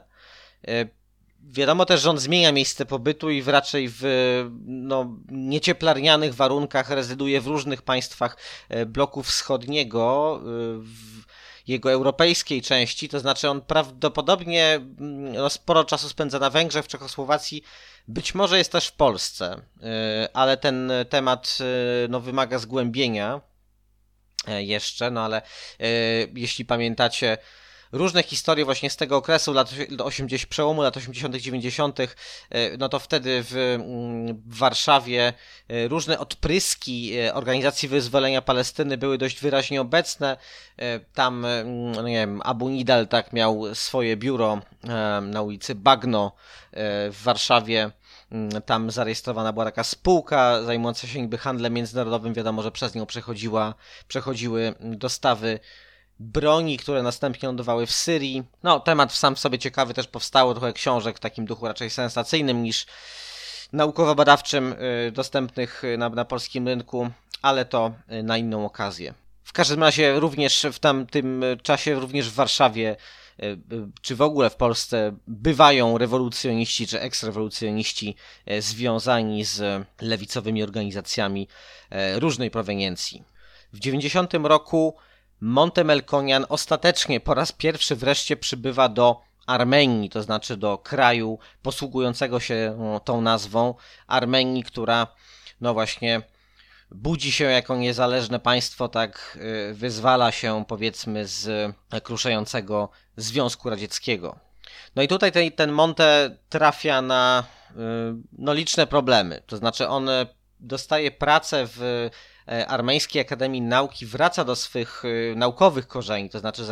Wiadomo też, że on zmienia miejsce pobytu i raczej w niecieplarnianych warunkach rezyduje w różnych państwach bloku wschodniego, w jego europejskiej części, to znaczy on prawdopodobnie sporo czasu spędza na Węgrzech, w Czechosłowacji, być może jest też w Polsce, ale ten temat wymaga zgłębienia jeszcze, ale jeśli pamiętacie, różne historie właśnie z tego okresu przełomu lat 80., 90., no to wtedy w Warszawie różne odpryski organizacji wyzwolenia Palestyny były dość wyraźnie obecne. Tam, no nie wiem, Abu Nidal tak miał swoje biuro na ulicy Bagno w Warszawie. Tam zarejestrowana była taka spółka zajmująca się niby handlem międzynarodowym. Wiadomo, że przez nią przechodziły dostawy broni, które następnie lądowały w Syrii. No, temat sam w sobie ciekawy, też powstało trochę książek w takim duchu raczej sensacyjnym niż naukowo-badawczym, dostępnych na polskim rynku, ale to na inną okazję. W każdym razie również w tamtym czasie, również w Warszawie, czy w ogóle w Polsce bywają rewolucjoniści czy eksrewolucjoniści związani z lewicowymi organizacjami różnej proweniencji. W 90 roku Monte Melkonian ostatecznie po raz pierwszy wreszcie przybywa do Armenii, to znaczy do kraju posługującego się tą nazwą, Armenii, która no właśnie budzi się jako niezależne państwo, tak wyzwala się powiedzmy z kruszejącego Związku Radzieckiego. No i tutaj ten Monte trafia na liczne problemy, to znaczy on dostaje pracę w Armeńskiej Akademii Nauki, wraca do swych naukowych korzeni, to znaczy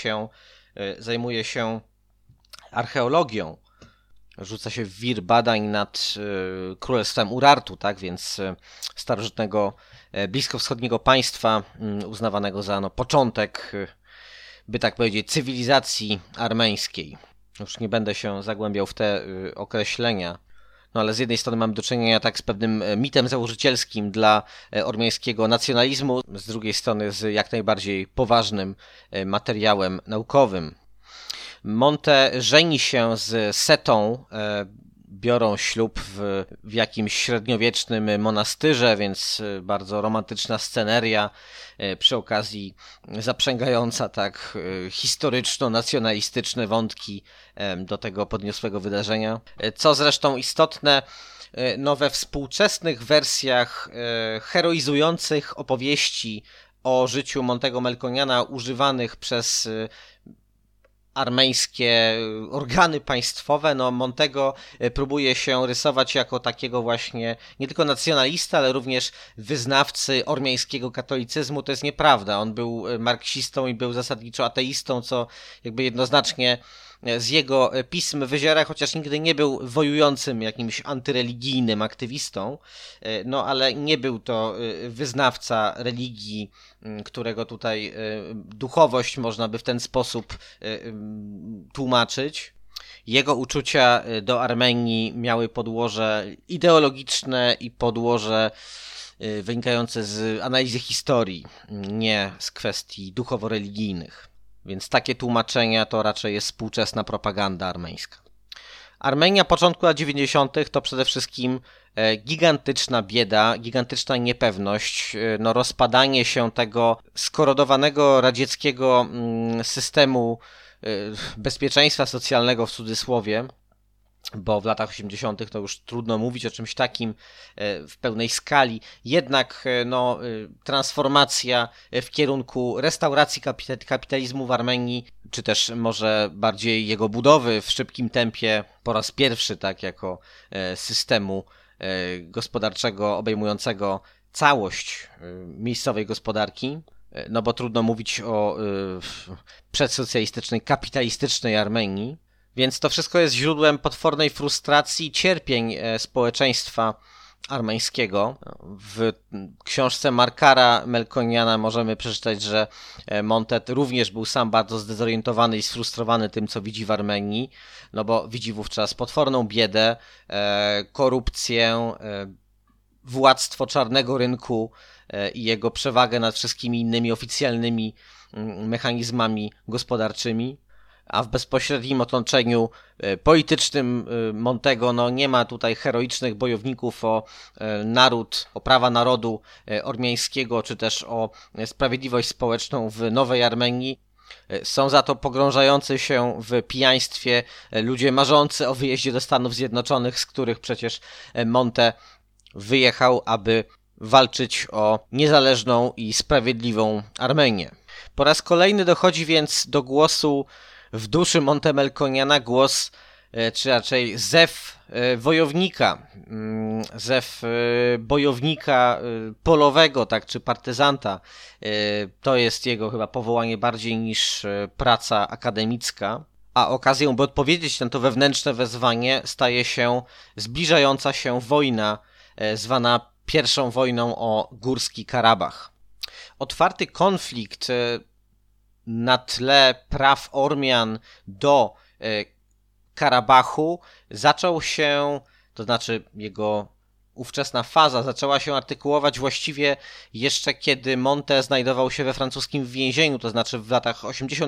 zajmuje się archeologią, rzuca się w wir badań nad Królestwem Urartu, tak, więc starożytnego bliskowschodniego państwa uznawanego za początek, by tak powiedzieć, cywilizacji armeńskiej. Już nie będę się zagłębiał w te określenia, no ale z jednej strony mamy do czynienia tak z pewnym mitem założycielskim dla ormiańskiego nacjonalizmu, z drugiej strony z jak najbardziej poważnym materiałem naukowym. Monte żeni się z Setą, biorą ślub w jakimś średniowiecznym monastyrze, więc bardzo romantyczna sceneria, przy okazji zaprzęgająca tak historyczno-nacjonalistyczne wątki do tego podniosłego wydarzenia. Co zresztą istotne, no we współczesnych wersjach heroizujących opowieści o życiu Montego Melkoniana używanych przez armeńskie organy państwowe, no Montego próbuje się rysować jako takiego właśnie nie tylko nacjonalista, ale również wyznawcy ormiańskiego katolicyzmu. To jest nieprawda. On był marksistą i był zasadniczo ateistą, co jakby jednoznacznie z jego pism wyziera, chociaż nigdy nie był wojującym jakimś antyreligijnym aktywistą, no ale nie był to wyznawca religii, którego tutaj duchowość można by w ten sposób tłumaczyć. Jego uczucia do Armenii miały podłoże ideologiczne i podłoże wynikające z analizy historii, nie z kwestii duchowo-religijnych. Więc takie tłumaczenia to raczej jest współczesna propaganda armeńska. Armenia początku lat 90. to przede wszystkim gigantyczna bieda, gigantyczna niepewność, no rozpadanie się tego skorodowanego radzieckiego systemu bezpieczeństwa socjalnego w cudzysłowie, bo w latach 80. to już trudno mówić o czymś takim w pełnej skali, jednak no, transformacja w kierunku restauracji kapitalizmu w Armenii, czy też może bardziej jego budowy w szybkim tempie po raz pierwszy, tak, jako systemu gospodarczego obejmującego całość miejscowej gospodarki, no bo trudno mówić o przedsocjalistycznej, kapitalistycznej Armenii. Więc to wszystko jest źródłem potwornej frustracji i cierpień społeczeństwa armeńskiego. W książce Markara Melkoniana możemy przeczytać, że Montet również był sam bardzo zdezorientowany i sfrustrowany tym, co widzi w Armenii, no bo widzi wówczas potworną biedę, korupcję, władztwo czarnego rynku i jego przewagę nad wszystkimi innymi oficjalnymi mechanizmami gospodarczymi. A w bezpośrednim otoczeniu politycznym Montego no nie ma tutaj heroicznych bojowników o naród, o prawa narodu ormiańskiego, czy też o sprawiedliwość społeczną w Nowej Armenii. Są za to pogrążający się w pijaństwie ludzie marzący o wyjeździe do Stanów Zjednoczonych, z których przecież Monte wyjechał, aby walczyć o niezależną i sprawiedliwą Armenię. Po raz kolejny dochodzi więc do głosu w duszy Montemelkoniana głos, czy raczej zew wojownika, zew bojownika polowego, tak, czy partyzanta. To jest jego chyba powołanie bardziej niż praca akademicka. A okazją, by odpowiedzieć na to wewnętrzne wezwanie, staje się zbliżająca się wojna, zwana pierwszą wojną o Górski Karabach. Otwarty konflikt na tle praw Ormian do Karabachu zaczął się, to znaczy jego ówczesna faza zaczęła się artykułować właściwie jeszcze kiedy Monte znajdował się we francuskim więzieniu, to znaczy w latach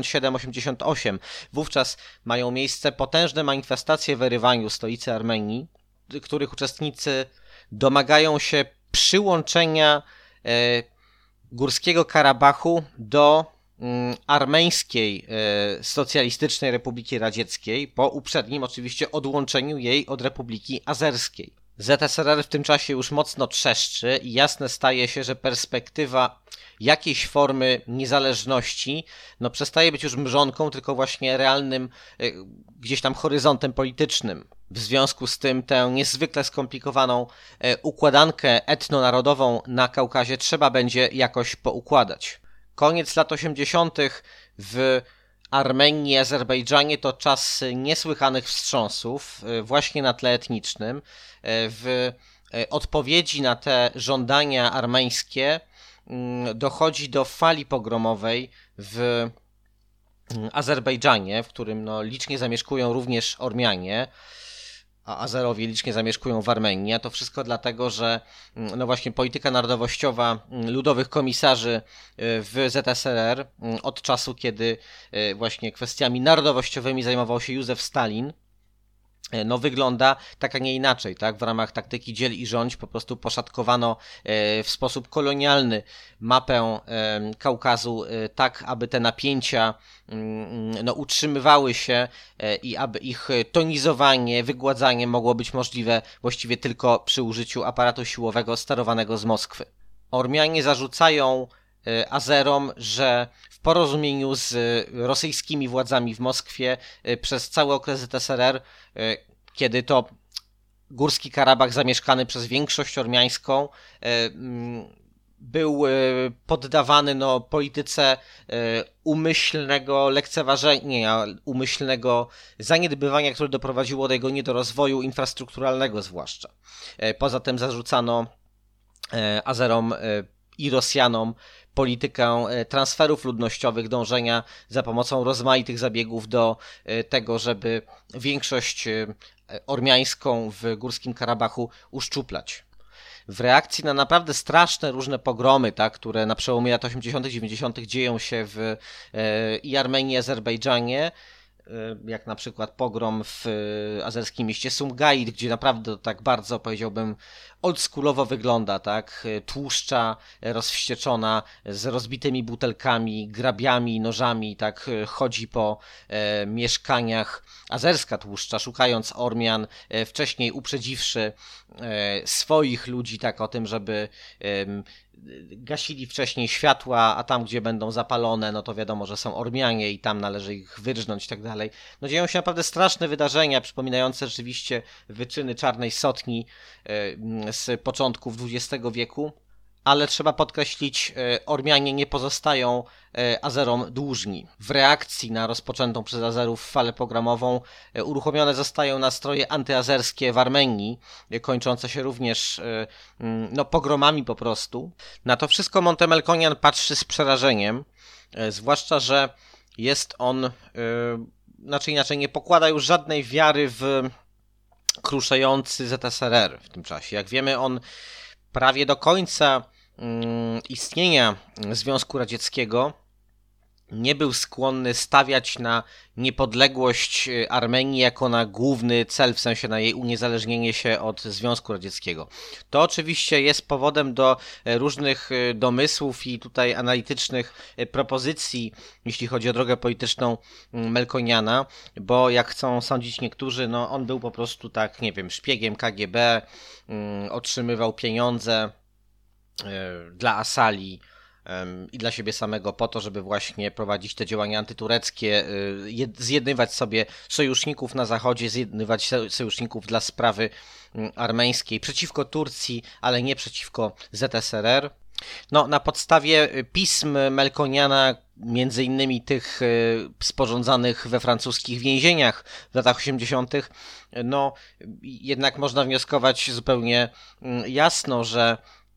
87-88. Wówczas mają miejsce potężne manifestacje w Erywaniu, stolicy Armenii, których uczestnicy domagają się przyłączenia Górskiego Karabachu do Armeńskiej Socjalistycznej Republiki Radzieckiej, po uprzednim oczywiście odłączeniu jej od Republiki Azerskiej. ZSRR w tym czasie już mocno trzeszczy i jasne staje się, że perspektywa jakiejś formy niezależności przestaje być już mrzonką, tylko właśnie realnym gdzieś tam horyzontem politycznym. W związku z tym tę niezwykle skomplikowaną układankę etnonarodową na Kaukazie trzeba będzie jakoś poukładać. Koniec lat 80. w Armenii i Azerbejdżanie to czas niesłychanych wstrząsów właśnie na tle etnicznym. W odpowiedzi na te żądania armeńskie dochodzi do fali pogromowej w Azerbejdżanie, w którym licznie zamieszkują również Ormianie, a Azerowie licznie zamieszkują w Armenii. A to wszystko dlatego, że właśnie polityka narodowościowa ludowych komisarzy w ZSRR od czasu, kiedy właśnie kwestiami narodowościowymi zajmował się Józef Stalin, wygląda tak, a nie inaczej, tak? W ramach taktyki dziel i rządź po prostu poszatkowano w sposób kolonialny mapę Kaukazu tak, aby te napięcia utrzymywały się i aby ich tonizowanie, wygładzanie mogło być możliwe właściwie tylko przy użyciu aparatu siłowego sterowanego z Moskwy. Ormianie zarzucają Azerom, że w porozumieniu z rosyjskimi władzami w Moskwie przez cały okres ZSRR, kiedy to Górski Karabach zamieszkany przez większość ormiańską był poddawany polityce umyślnego lekceważenia, umyślnego zaniedbywania, które doprowadziło do jego niedorozwoju infrastrukturalnego zwłaszcza. Poza tym zarzucano Azerom i Rosjanom politykę transferów ludnościowych, dążenia za pomocą rozmaitych zabiegów do tego, żeby większość ormiańską w Górskim Karabachu uszczuplać. W reakcji na naprawdę straszne różne pogromy, tak, które na przełomie lat 80. i 90. dzieją się w i Armenii, i Azerbejdżanie, jak na przykład pogrom w azerskim mieście Sumgait, gdzie naprawdę tak bardzo, powiedziałbym, oldschoolowo wygląda, tak? Tłuszcza rozwścieczona, z rozbitymi butelkami, grabiami, nożami, tak? Chodzi po mieszkaniach, azerska tłuszcza, szukając Ormian, wcześniej uprzedziwszy swoich ludzi, tak, o tym, żeby gasili wcześniej światła, a tam, gdzie będą zapalone, to wiadomo, że są Ormianie i tam należy ich wyrżnąć i tak dalej. Dzieją się naprawdę straszne wydarzenia, przypominające rzeczywiście wyczyny Czarnej Sotni z początków XX wieku, ale trzeba podkreślić, Ormianie nie pozostają Azerom dłużni. W reakcji na rozpoczętą przez Azerów falę pogramową uruchomione zostają nastroje antyazerskie w Armenii, kończące się również pogromami po prostu. Na to wszystko Montemelkonian patrzy z przerażeniem, zwłaszcza, że jest on, inaczej nie pokłada już żadnej wiary w kruszejący ZSRR w tym czasie. Jak wiemy, on prawie do końca istnienia Związku Radzieckiego nie był skłonny stawiać na niepodległość Armenii jako na główny cel, w sensie na jej uniezależnienie się od Związku Radzieckiego. To oczywiście jest powodem do różnych domysłów i tutaj analitycznych propozycji, jeśli chodzi o drogę polityczną Melkoniana, bo jak chcą sądzić niektórzy, on był po prostu tak, nie wiem, szpiegiem KGB, otrzymywał pieniądze dla Asali, i dla siebie samego po to, żeby właśnie prowadzić te działania antytureckie, zjednywać sobie sojuszników na zachodzie, zjednywać sojuszników dla sprawy armeńskiej przeciwko Turcji, ale nie przeciwko ZSRR. No, na podstawie pism Melkoniana, między innymi tych sporządzanych we francuskich więzieniach w latach 80., no jednak można wnioskować zupełnie jasno, że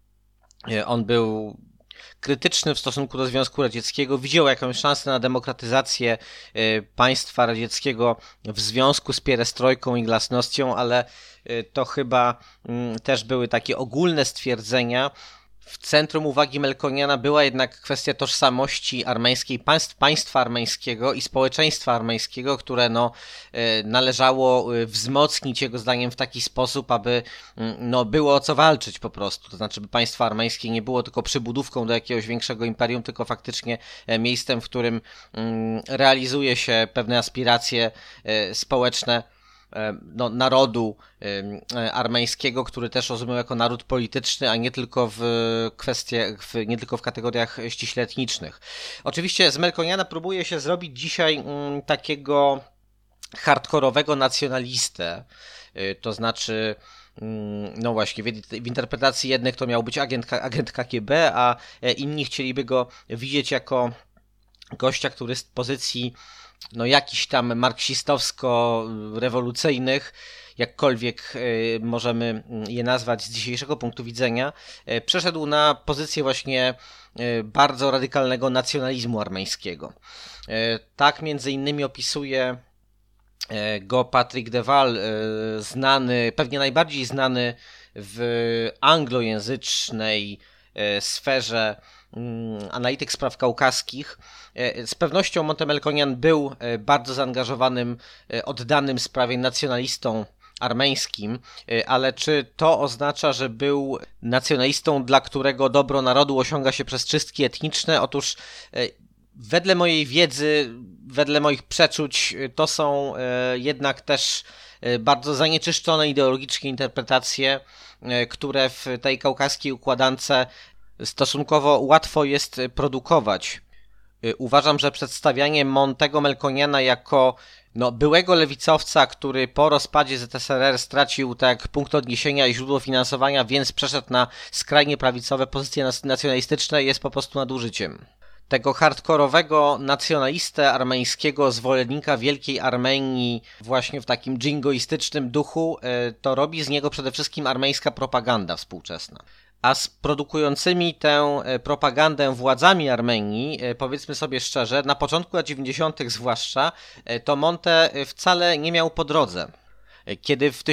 on był krytyczny w stosunku do Związku Radzieckiego, widział jakąś szansę na demokratyzację państwa radzieckiego w związku z pierestrojką i glasnością, ale to chyba też były takie ogólne stwierdzenia. W centrum uwagi Melkoniana była jednak kwestia tożsamości armeńskiej, państwa armeńskiego i społeczeństwa armeńskiego, które należało wzmocnić jego zdaniem w taki sposób, aby było o co walczyć po prostu. To znaczy, by państwo armeńskie nie było tylko przybudówką do jakiegoś większego imperium, tylko faktycznie miejscem, w którym realizuje się pewne aspiracje społeczne narodu armeńskiego, który też rozumiał jako naród polityczny, a nie tylko nie tylko w kategoriach ściśle etnicznych. Oczywiście z Melkoniana próbuje się zrobić dzisiaj takiego hardkorowego nacjonalistę, to znaczy właśnie w interpretacji jednych to miał być agent KGB, a inni chcieliby go widzieć jako gościa, który z pozycji jakichś tam marksistowsko-rewolucyjnych, jakkolwiek możemy je nazwać z dzisiejszego punktu widzenia, przeszedł na pozycję właśnie bardzo radykalnego nacjonalizmu armeńskiego. Tak między innymi opisuje go Patrick Deval, znany, pewnie najbardziej znany w anglojęzycznej sferze analityk spraw kaukaskich. Z pewnością Montemelkonian był bardzo zaangażowanym, oddanym sprawie nacjonalistą armeńskim, ale czy to oznacza, że był nacjonalistą, dla którego dobro narodu osiąga się przez czystki etniczne? Otóż wedle mojej wiedzy, wedle moich przeczuć, to są jednak też bardzo zanieczyszczone ideologicznie interpretacje, które w tej kaukaskiej układance stosunkowo łatwo jest produkować. Uważam, że przedstawianie Montego Melkoniana jako byłego lewicowca, który po rozpadzie ZSRR stracił punkt odniesienia i źródło finansowania, więc przeszedł na skrajnie prawicowe pozycje nacjonalistyczne, jest po prostu nadużyciem. Tego hardkorowego nacjonalistę armeńskiego, zwolennika Wielkiej Armenii właśnie w takim dżingoistycznym duchu, to robi z niego przede wszystkim armeńska propaganda współczesna. A z produkującymi tę propagandę władzami Armenii, powiedzmy sobie szczerze, na początku lat 90. zwłaszcza, to Monte wcale nie miał po drodze. Kiedy w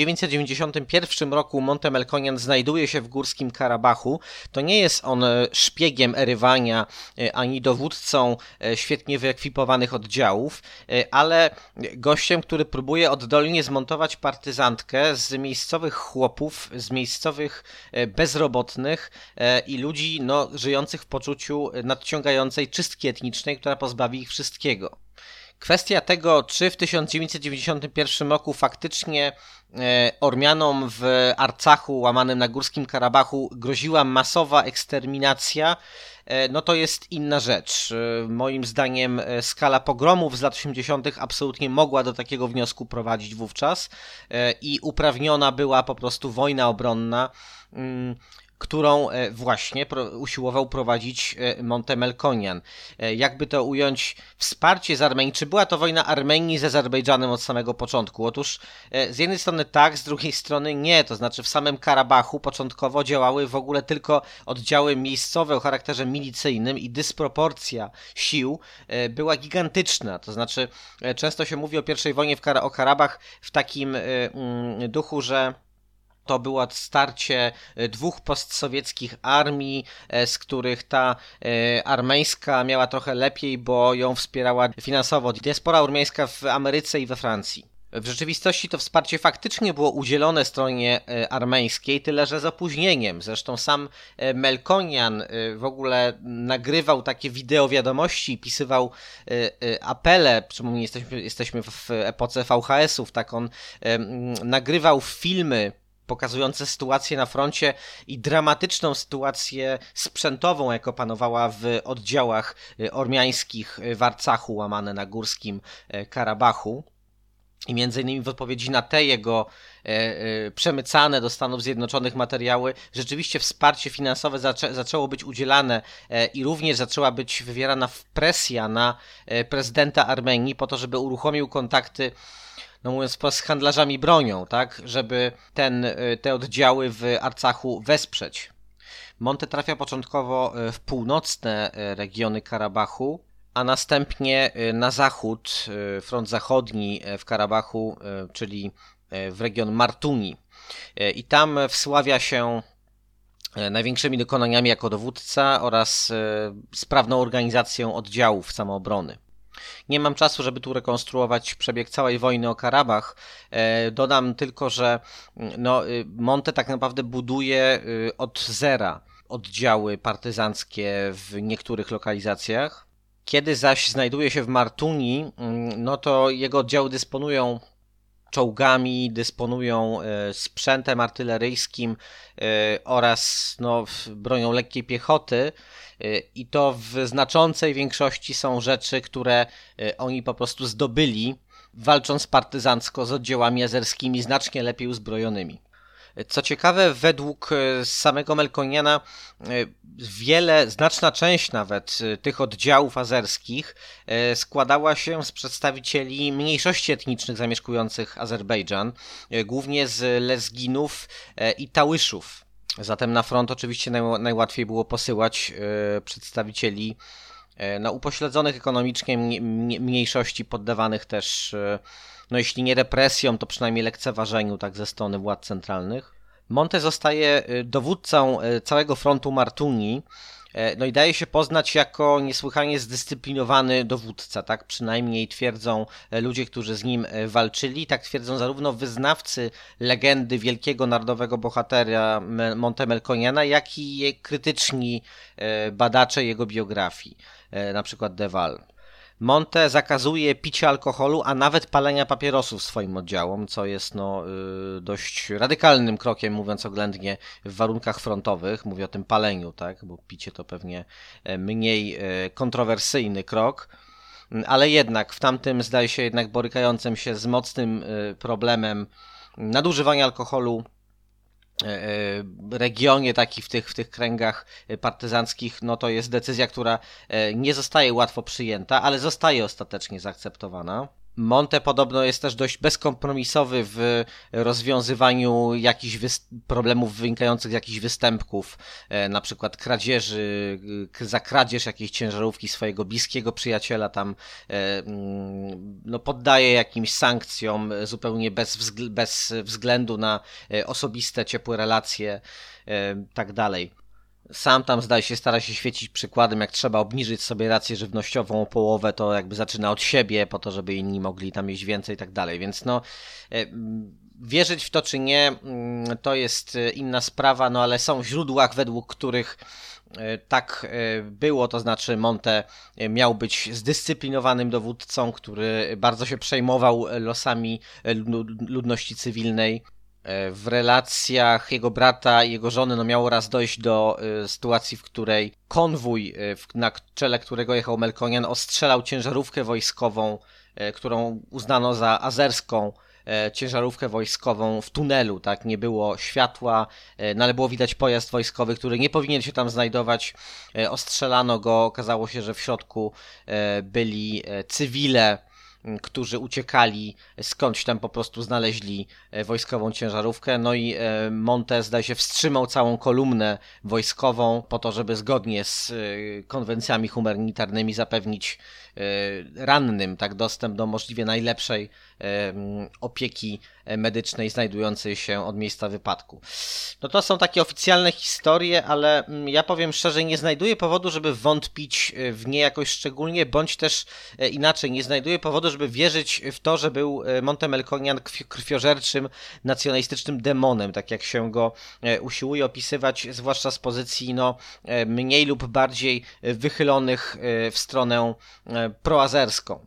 1991 roku Monte Melkonian znajduje się w Górskim Karabachu, to nie jest on szpiegiem Erywania ani dowódcą świetnie wyekwipowanych oddziałów, ale gościem, który próbuje oddolnie zmontować partyzantkę z miejscowych chłopów, z miejscowych bezrobotnych i ludzi żyjących w poczuciu nadciągającej czystki etnicznej, która pozbawi ich wszystkiego. Kwestia tego, czy w 1991 roku faktycznie Ormianom w Arcachu, łamanym na Górskim Karabachu, groziła masowa eksterminacja, to jest inna rzecz. Moim zdaniem skala pogromów z lat 80. absolutnie mogła do takiego wniosku prowadzić wówczas i uprawniona była po prostu wojna obronna, którą właśnie usiłował prowadzić Monte Melkonian. Jakby to ująć, wsparcie z Armenii, czy była to wojna Armenii z Azerbejdżanem od samego początku? Otóż z jednej strony tak, z drugiej strony nie, to znaczy w samym Karabachu początkowo działały w ogóle tylko oddziały miejscowe o charakterze milicyjnym i dysproporcja sił była gigantyczna, to znaczy często się mówi o pierwszej wojnie o Karabach w takim duchu, że to było starcie dwóch postsowieckich armii, z których ta armeńska miała trochę lepiej, bo ją wspierała finansowo diaspora armeńska w Ameryce i we Francji. W rzeczywistości to wsparcie faktycznie było udzielone stronie armeńskiej, tyle że z opóźnieniem. Zresztą sam Melkonian w ogóle nagrywał takie wideo wiadomości, pisywał apele, przynajmniej jesteśmy w epoce VHS-ów, tak on nagrywał filmy pokazujące sytuację na froncie i dramatyczną sytuację sprzętową, jaka panowała w oddziałach ormiańskich w Arcachu, łamane na górskim Karabachu. I między innymi w odpowiedzi na te jego przemycane do Stanów Zjednoczonych materiały rzeczywiście wsparcie finansowe zaczęło być udzielane i również zaczęła być wywierana presja na prezydenta Armenii po to, żeby uruchomił kontakty, no mówiąc wprost, z handlarzami bronią, tak, żeby te oddziały w Arcachu wesprzeć. Monte trafia początkowo w północne regiony Karabachu, a następnie na zachód, front zachodni w Karabachu, czyli w region Martuni. I tam wsławia się największymi dokonaniami jako dowódca oraz sprawną organizacją oddziałów samoobrony. Nie mam czasu, żeby tu rekonstruować przebieg całej wojny o Karabach. Dodam tylko, że Monte tak naprawdę buduje od zera oddziały partyzanckie w niektórych lokalizacjach. Kiedy zaś znajduje się w Martuni, no to jego oddziały dysponują czołgami, dysponują sprzętem artyleryjskim oraz bronią lekkiej piechoty i to w znaczącej większości są rzeczy, które oni po prostu zdobyli, walcząc partyzancko z oddziałami azerskimi znacznie lepiej uzbrojonymi. Co ciekawe, według samego Melkoniana znaczna część nawet tych oddziałów azerskich składała się z przedstawicieli mniejszości etnicznych zamieszkujących Azerbejdżan, głównie z Lezginów i Tałyszów. Zatem na front oczywiście najłatwiej było posyłać przedstawicieli upośledzonych ekonomicznie mniejszości, poddawanych też, jeśli nie represjom, to przynajmniej lekceważeniu tak ze strony władz centralnych. Monte zostaje dowódcą całego frontu Martuni, i daje się poznać jako niesłychanie zdyscyplinowany dowódca, tak przynajmniej twierdzą ludzie, którzy z nim walczyli, tak twierdzą zarówno wyznawcy legendy wielkiego narodowego bohatera Monte Melkoniana, jak i krytyczni badacze jego biografii, na przykład De Waal. Monte zakazuje picia alkoholu, a nawet palenia papierosów swoim oddziałom, co jest dość radykalnym krokiem, mówiąc oględnie, w warunkach frontowych. Mówię o tym paleniu, tak, bo picie to pewnie mniej kontrowersyjny krok, ale jednak w tamtym, zdaje się, jednak borykającym się z mocnym problemem nadużywania alkoholu regionie, taki w tych kręgach partyzanckich, to jest decyzja, która nie zostaje łatwo przyjęta, ale zostaje ostatecznie zaakceptowana. Monte podobno jest też dość bezkompromisowy w rozwiązywaniu jakichś problemów wynikających z jakichś występków, na przykład kradzieży, za kradzież jakiejś ciężarówki swojego bliskiego przyjaciela tam poddaje jakimś sankcjom zupełnie bez względu na osobiste, ciepłe relacje, tak dalej. Sam tam, zdaje się, stara się świecić przykładem, jak trzeba obniżyć sobie rację żywnościową o połowę, to jakby zaczyna od siebie, po to, żeby inni mogli tam jeść więcej i tak dalej. Więc wierzyć w to czy nie, to jest inna sprawa, ale są źródła, według których tak było, to znaczy Monte miał być zdyscyplinowanym dowódcą, który bardzo się przejmował losami ludności cywilnej. W relacjach jego brata i jego żony miało raz dojść do sytuacji, w której konwój, na czele którego jechał Melkonian, ostrzelał ciężarówkę wojskową, którą uznano za azerską ciężarówkę wojskową w tunelu, tak, nie było światła, ale było widać pojazd wojskowy, który nie powinien się tam znajdować, ostrzelano go, okazało się, że w środku byli cywile, którzy uciekali, skądś tam po prostu znaleźli wojskową ciężarówkę, i Monte, zdaje się, wstrzymał całą kolumnę wojskową po to, żeby zgodnie z konwencjami humanitarnymi zapewnić rannym tak dostęp do możliwie najlepszej opieki medycznej znajdującej się od miejsca wypadku. To są takie oficjalne historie, ale ja powiem szczerze, nie znajduję powodu, żeby wątpić w nie jakoś szczególnie, bądź też inaczej, nie znajduję powodu, żeby wierzyć w to, że był Monte Melkonian krwiożerczym, nacjonalistycznym demonem, tak jak się go usiłuje opisywać, zwłaszcza z pozycji mniej lub bardziej wychylonych w stronę proazerską.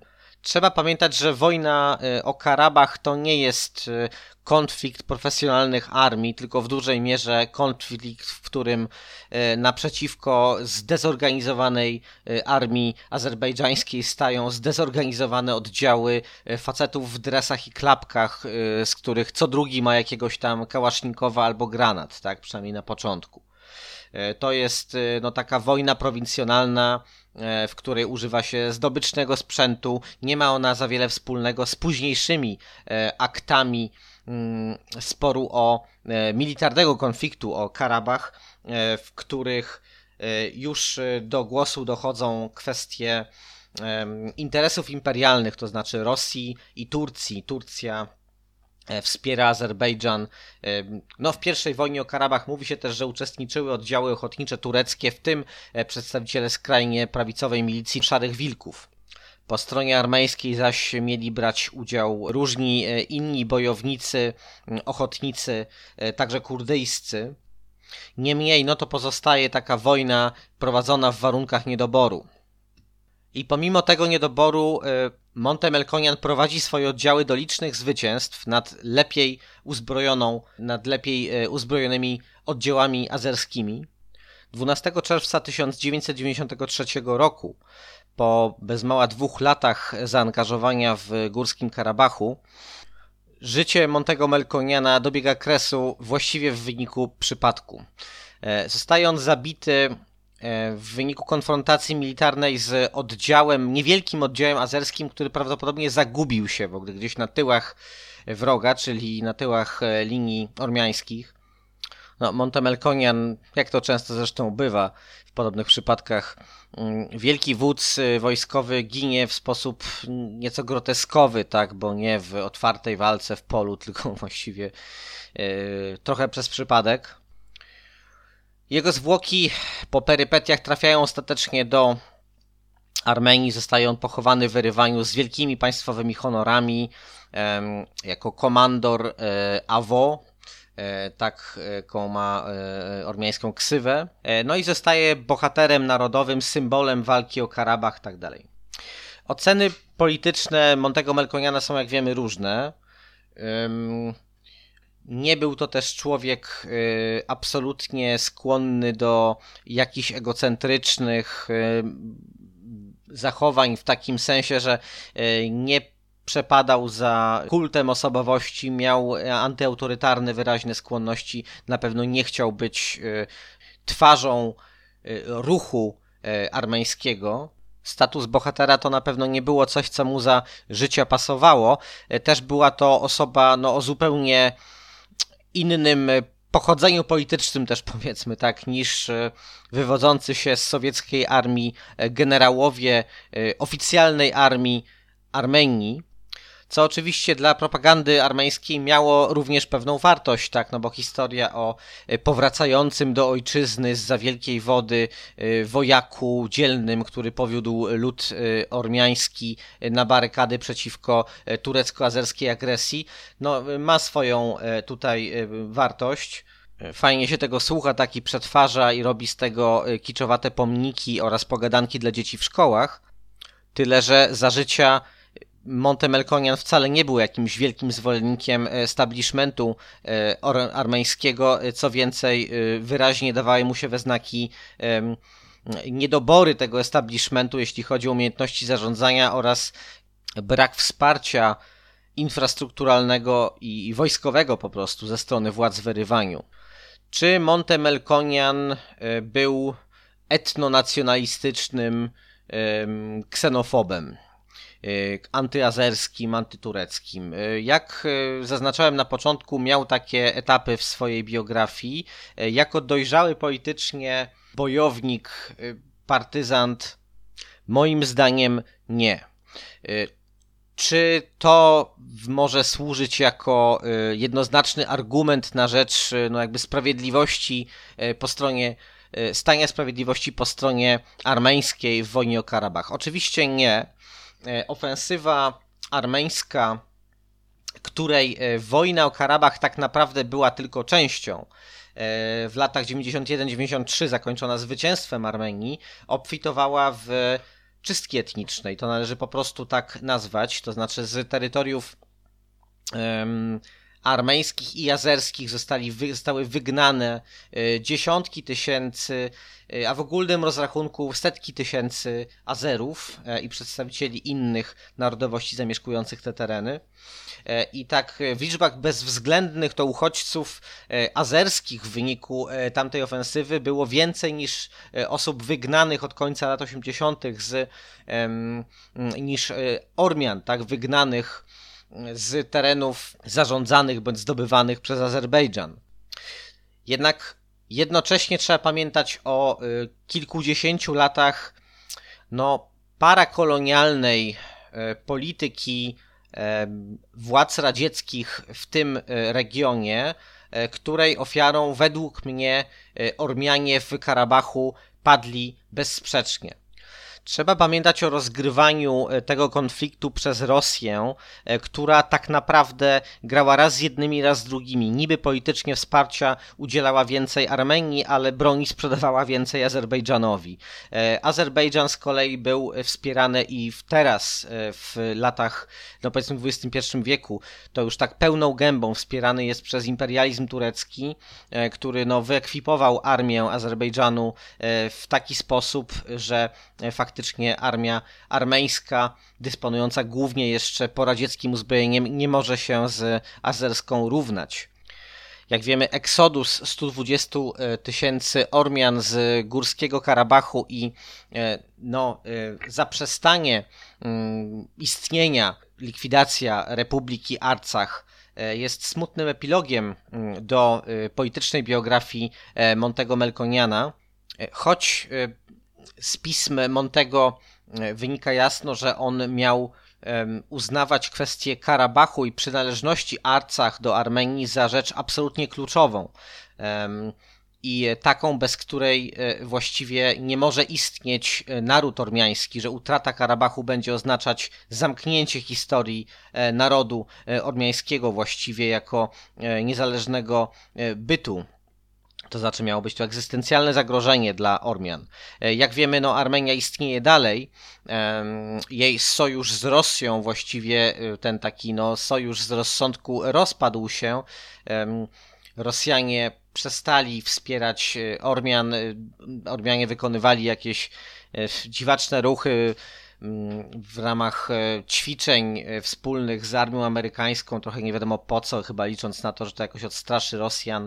Trzeba pamiętać, że wojna o Karabach to nie jest konflikt profesjonalnych armii, tylko w dużej mierze konflikt, w którym naprzeciwko zdezorganizowanej armii azerbejdżańskiej stają zdezorganizowane oddziały facetów w dresach i klapkach, z których co drugi ma jakiegoś tam kałasznikowa albo granat, tak, przynajmniej na początku. To jest taka wojna prowincjonalna, w której używa się zdobycznego sprzętu. Nie ma ona za wiele wspólnego z późniejszymi aktami sporu o militarnego konfliktu o Karabach, w których już do głosu dochodzą kwestie interesów imperialnych, to znaczy Rosji i Turcji. Turcja wspiera Azerbejdżan. W pierwszej wojnie o Karabach mówi się też, że uczestniczyły oddziały ochotnicze tureckie, w tym przedstawiciele skrajnie prawicowej milicji Szarych Wilków. Po stronie armeńskiej zaś mieli brać udział różni inni bojownicy, ochotnicy, także kurdyjscy. Niemniej to pozostaje taka wojna prowadzona w warunkach niedoboru. I pomimo tego niedoboru Monte Melkonian prowadzi swoje oddziały do licznych zwycięstw nad lepiej uzbrojonymi oddziałami azerskimi. 12 czerwca 1993 roku, po bez mała 2 latach zaangażowania w Górskim Karabachu, życie Montego Melkoniana dobiega kresu właściwie w wyniku przypadku. Zostaje on zabity w wyniku konfrontacji militarnej z niewielkim oddziałem azerskim, który prawdopodobnie zagubił się w ogóle gdzieś na tyłach wroga, czyli na tyłach linii ormiańskich. Monte Melkonian, jak to często zresztą bywa w podobnych przypadkach, wielki wódz wojskowy ginie w sposób nieco groteskowy, tak, bo nie w otwartej walce w polu, tylko właściwie trochę przez przypadek. Jego zwłoki po perypetiach trafiają ostatecznie do Armenii. Zostaje on pochowany w Erywaniu z wielkimi państwowymi honorami jako komandor AWO, taką ma ormiańską ksywę. I zostaje bohaterem narodowym, symbolem walki o Karabach, tak dalej. Oceny polityczne Montego Melkoniana są, jak wiemy, różne. Nie był to też człowiek absolutnie skłonny do jakichś egocentrycznych zachowań, w takim sensie, że nie przepadał za kultem osobowości, miał antyautorytarne wyraźne skłonności, na pewno nie chciał być twarzą ruchu armeńskiego. Status bohatera to na pewno nie było coś, co mu za życia pasowało. Też była to osoba o zupełnie innym pochodzeniu politycznym też, powiedzmy tak, niż wywodzący się z sowieckiej armii generałowie oficjalnej armii Armenii, co oczywiście dla propagandy armeńskiej miało również pewną wartość, tak, bo historia o powracającym do ojczyzny zza wielkiej wody wojaku dzielnym, który powiódł lud ormiański na barykady przeciwko turecko-azerskiej agresji, ma swoją tutaj wartość. Fajnie się tego słucha, taki przetwarza i robi z tego kiczowate pomniki oraz pogadanki dla dzieci w szkołach. Tyle że za życia Monte Melkonian wcale nie był jakimś wielkim zwolennikiem establishmentu armeńskiego, co więcej, wyraźnie dawały mu się we znaki niedobory tego establishmentu, jeśli chodzi o umiejętności zarządzania oraz brak wsparcia infrastrukturalnego i wojskowego po prostu ze strony władz w Erywaniu. Czy Monte Melkonian był etnonacjonalistycznym ksenofobem, antyazerskim, antytureckim? Jak zaznaczałem na początku, miał takie etapy w swojej biografii. Jako dojrzały politycznie bojownik, partyzant, moim zdaniem nie. Czy to może służyć jako jednoznaczny argument na rzecz jakby sprawiedliwości po stronie stania sprawiedliwości po stronie armeńskiej w wojnie o Karabach? Oczywiście nie. Ofensywa armeńska, której wojna o Karabach tak naprawdę była tylko częścią, w latach 91-93 zakończona zwycięstwem Armenii, obfitowała w czystki etnicznej, to należy po prostu tak nazwać, to znaczy z terytoriów armeńskich i azerskich zostały wygnane dziesiątki tysięcy, a w ogólnym rozrachunku setki tysięcy Azerów i przedstawicieli innych narodowości zamieszkujących te tereny. I tak w liczbach bezwzględnych to uchodźców azerskich w wyniku tamtej ofensywy było więcej niż osób wygnanych od końca lat 80. niż Ormian, tak, wygnanych z terenów zarządzanych bądź zdobywanych przez Azerbejdżan. Jednak jednocześnie trzeba pamiętać o kilkudziesięciu latach parakolonialnej polityki władz radzieckich w tym regionie, której ofiarą według mnie Ormianie w Karabachu padli bezsprzecznie. Trzeba pamiętać o rozgrywaniu tego konfliktu przez Rosję, która tak naprawdę grała raz z jednymi, raz z drugimi. Niby politycznie wsparcia udzielała więcej Armenii, ale broni sprzedawała więcej Azerbejdżanowi. Azerbejdżan z kolei był wspierany i teraz w latach, powiedzmy w XXI wieku, to już tak pełną gębą wspierany jest przez imperializm turecki, który wyekwipował armię Azerbejdżanu w taki sposób, że faktycznie armia armeńska, dysponująca głównie jeszcze poradzieckim uzbrojeniem, nie może się z azerską równać. Jak wiemy, eksodus 120 tysięcy Ormian z Górskiego Karabachu i zaprzestanie istnienia, likwidacja Republiki Arcach jest smutnym epilogiem do politycznej biografii Montego Melkoniana, choć z pism Montego wynika jasno, że on miał uznawać kwestię Karabachu i przynależności Arcach do Armenii za rzecz absolutnie kluczową i taką, bez której właściwie nie może istnieć naród ormiański, że utrata Karabachu będzie oznaczać zamknięcie historii narodu ormiańskiego właściwie jako niezależnego bytu. To znaczy miało być to egzystencjalne zagrożenie dla Ormian. Jak wiemy, Armenia istnieje dalej. Jej sojusz z Rosją, właściwie ten taki sojusz z rozsądku rozpadł się. Rosjanie przestali wspierać Ormian. Ormianie wykonywali jakieś dziwaczne ruchy w ramach ćwiczeń wspólnych z armią amerykańską. Trochę nie wiadomo po co, chyba licząc na to, że to jakoś odstraszy Rosjan.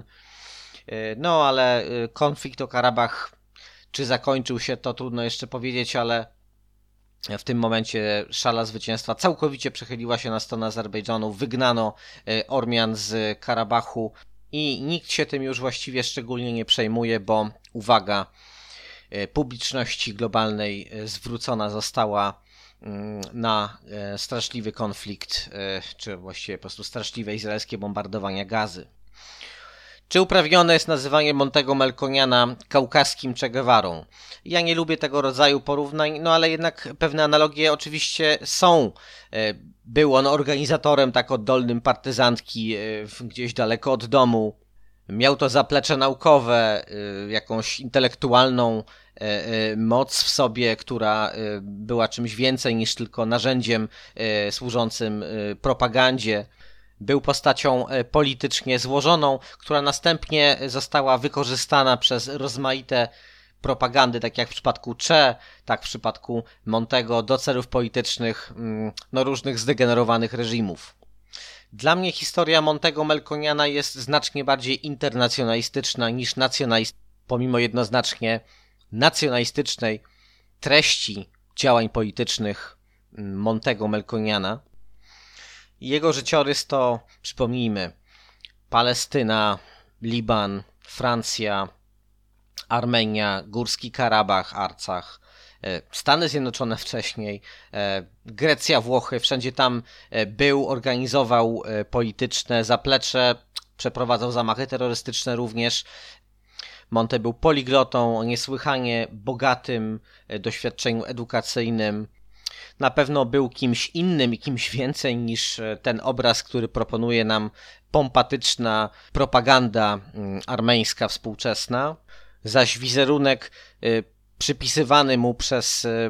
Ale konflikt o Karabach, czy zakończył się, to trudno jeszcze powiedzieć, ale w tym momencie szala zwycięstwa całkowicie przechyliła się na stronę Azerbejdżanu, wygnano Ormian z Karabachu i nikt się tym już właściwie szczególnie nie przejmuje, bo uwaga publiczności globalnej zwrócona została na straszliwy konflikt, czy właściwie po prostu straszliwe izraelskie bombardowania Gazy. Czy uprawnione jest nazywanie Montego Melkoniana kaukaskim Che Guevarą? Ja nie lubię tego rodzaju porównań, ale jednak pewne analogie oczywiście są. Był on organizatorem tak oddolnym partyzantki gdzieś daleko od domu. Miał to zaplecze naukowe, jakąś intelektualną moc w sobie, która była czymś więcej niż tylko narzędziem służącym propagandzie. Był postacią politycznie złożoną, która następnie została wykorzystana przez rozmaite propagandy, tak jak w przypadku Che, tak w przypadku Montego, do celów politycznych różnych zdegenerowanych reżimów. Dla mnie historia Montego Melkoniana jest znacznie bardziej internacjonalistyczna niż nacjonalistyczna, pomimo jednoznacznie nacjonalistycznej treści działań politycznych Montego Melkoniana. Jego życiorys to, przypomnijmy, Palestyna, Liban, Francja, Armenia, Górski Karabach, Arcach, Stany Zjednoczone wcześniej, Grecja, Włochy, wszędzie tam był, organizował polityczne zaplecze, przeprowadzał zamachy terrorystyczne również. Monte był poliglotą o niesłychanie bogatym doświadczeniu edukacyjnym. Na pewno był kimś innym i kimś więcej niż ten obraz, który proponuje nam pompatyczna propaganda armeńska współczesna, zaś wizerunek przypisywany mu przez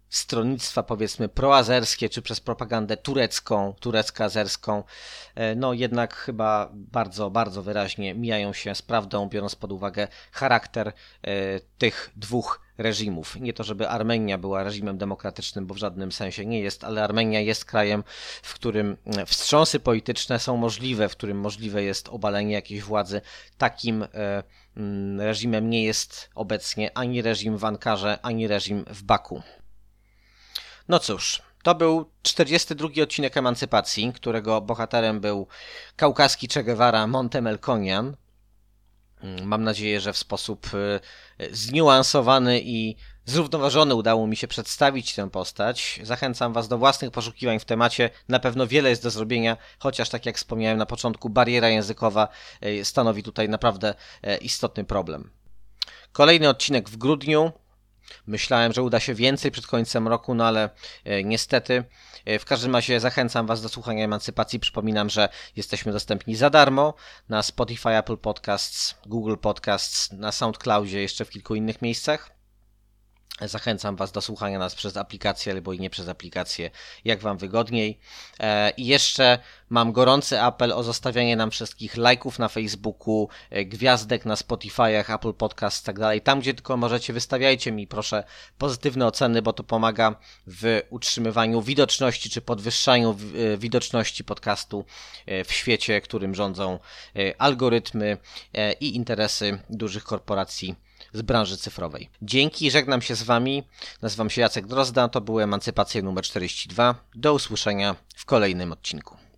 stronnictwa, powiedzmy, proazerskie, czy przez propagandę turecko-azerską, no jednak chyba bardzo, bardzo wyraźnie mijają się z prawdą, biorąc pod uwagę charakter tych dwóch reżimów. Nie to, żeby Armenia była reżimem demokratycznym, bo w żadnym sensie nie jest, ale Armenia jest krajem, w którym wstrząsy polityczne są możliwe, w którym możliwe jest obalenie jakiejś władzy. Takim reżimem nie jest obecnie ani reżim w Ankarze, ani reżim w Baku. No cóż, to był 42. odcinek Emancypacji, którego bohaterem był kaukaski Che Guevara Monte Melkonian. Mam nadzieję, że w sposób zniuansowany i zrównoważony udało mi się przedstawić tę postać. Zachęcam Was do własnych poszukiwań w temacie. Na pewno wiele jest do zrobienia, chociaż tak jak wspomniałem na początku, bariera językowa stanowi tutaj naprawdę istotny problem. Kolejny odcinek w grudniu. Myślałem, że uda się więcej przed końcem roku, no ale niestety. W każdym razie zachęcam Was do słuchania Emancypacji. Przypominam, że jesteśmy dostępni za darmo na Spotify, Apple Podcasts, Google Podcasts, na SoundCloudzie, jeszcze w kilku innych miejscach. Zachęcam Was do słuchania nas przez aplikację albo i nie przez aplikację, jak Wam wygodniej. I jeszcze mam gorący apel o zostawianie nam wszystkich lajków na Facebooku, gwiazdek na Spotify'ach, Apple Podcasts i tak dalej. Tam, gdzie tylko możecie, wystawiajcie mi proszę pozytywne oceny, bo to pomaga w utrzymywaniu widoczności czy podwyższaniu widoczności podcastu w świecie, którym rządzą algorytmy i interesy dużych korporacji z branży cyfrowej. Dzięki, żegnam się z Wami. Nazywam się Jacek Drozda, to były Emancypacje numer 42. Do usłyszenia w kolejnym odcinku.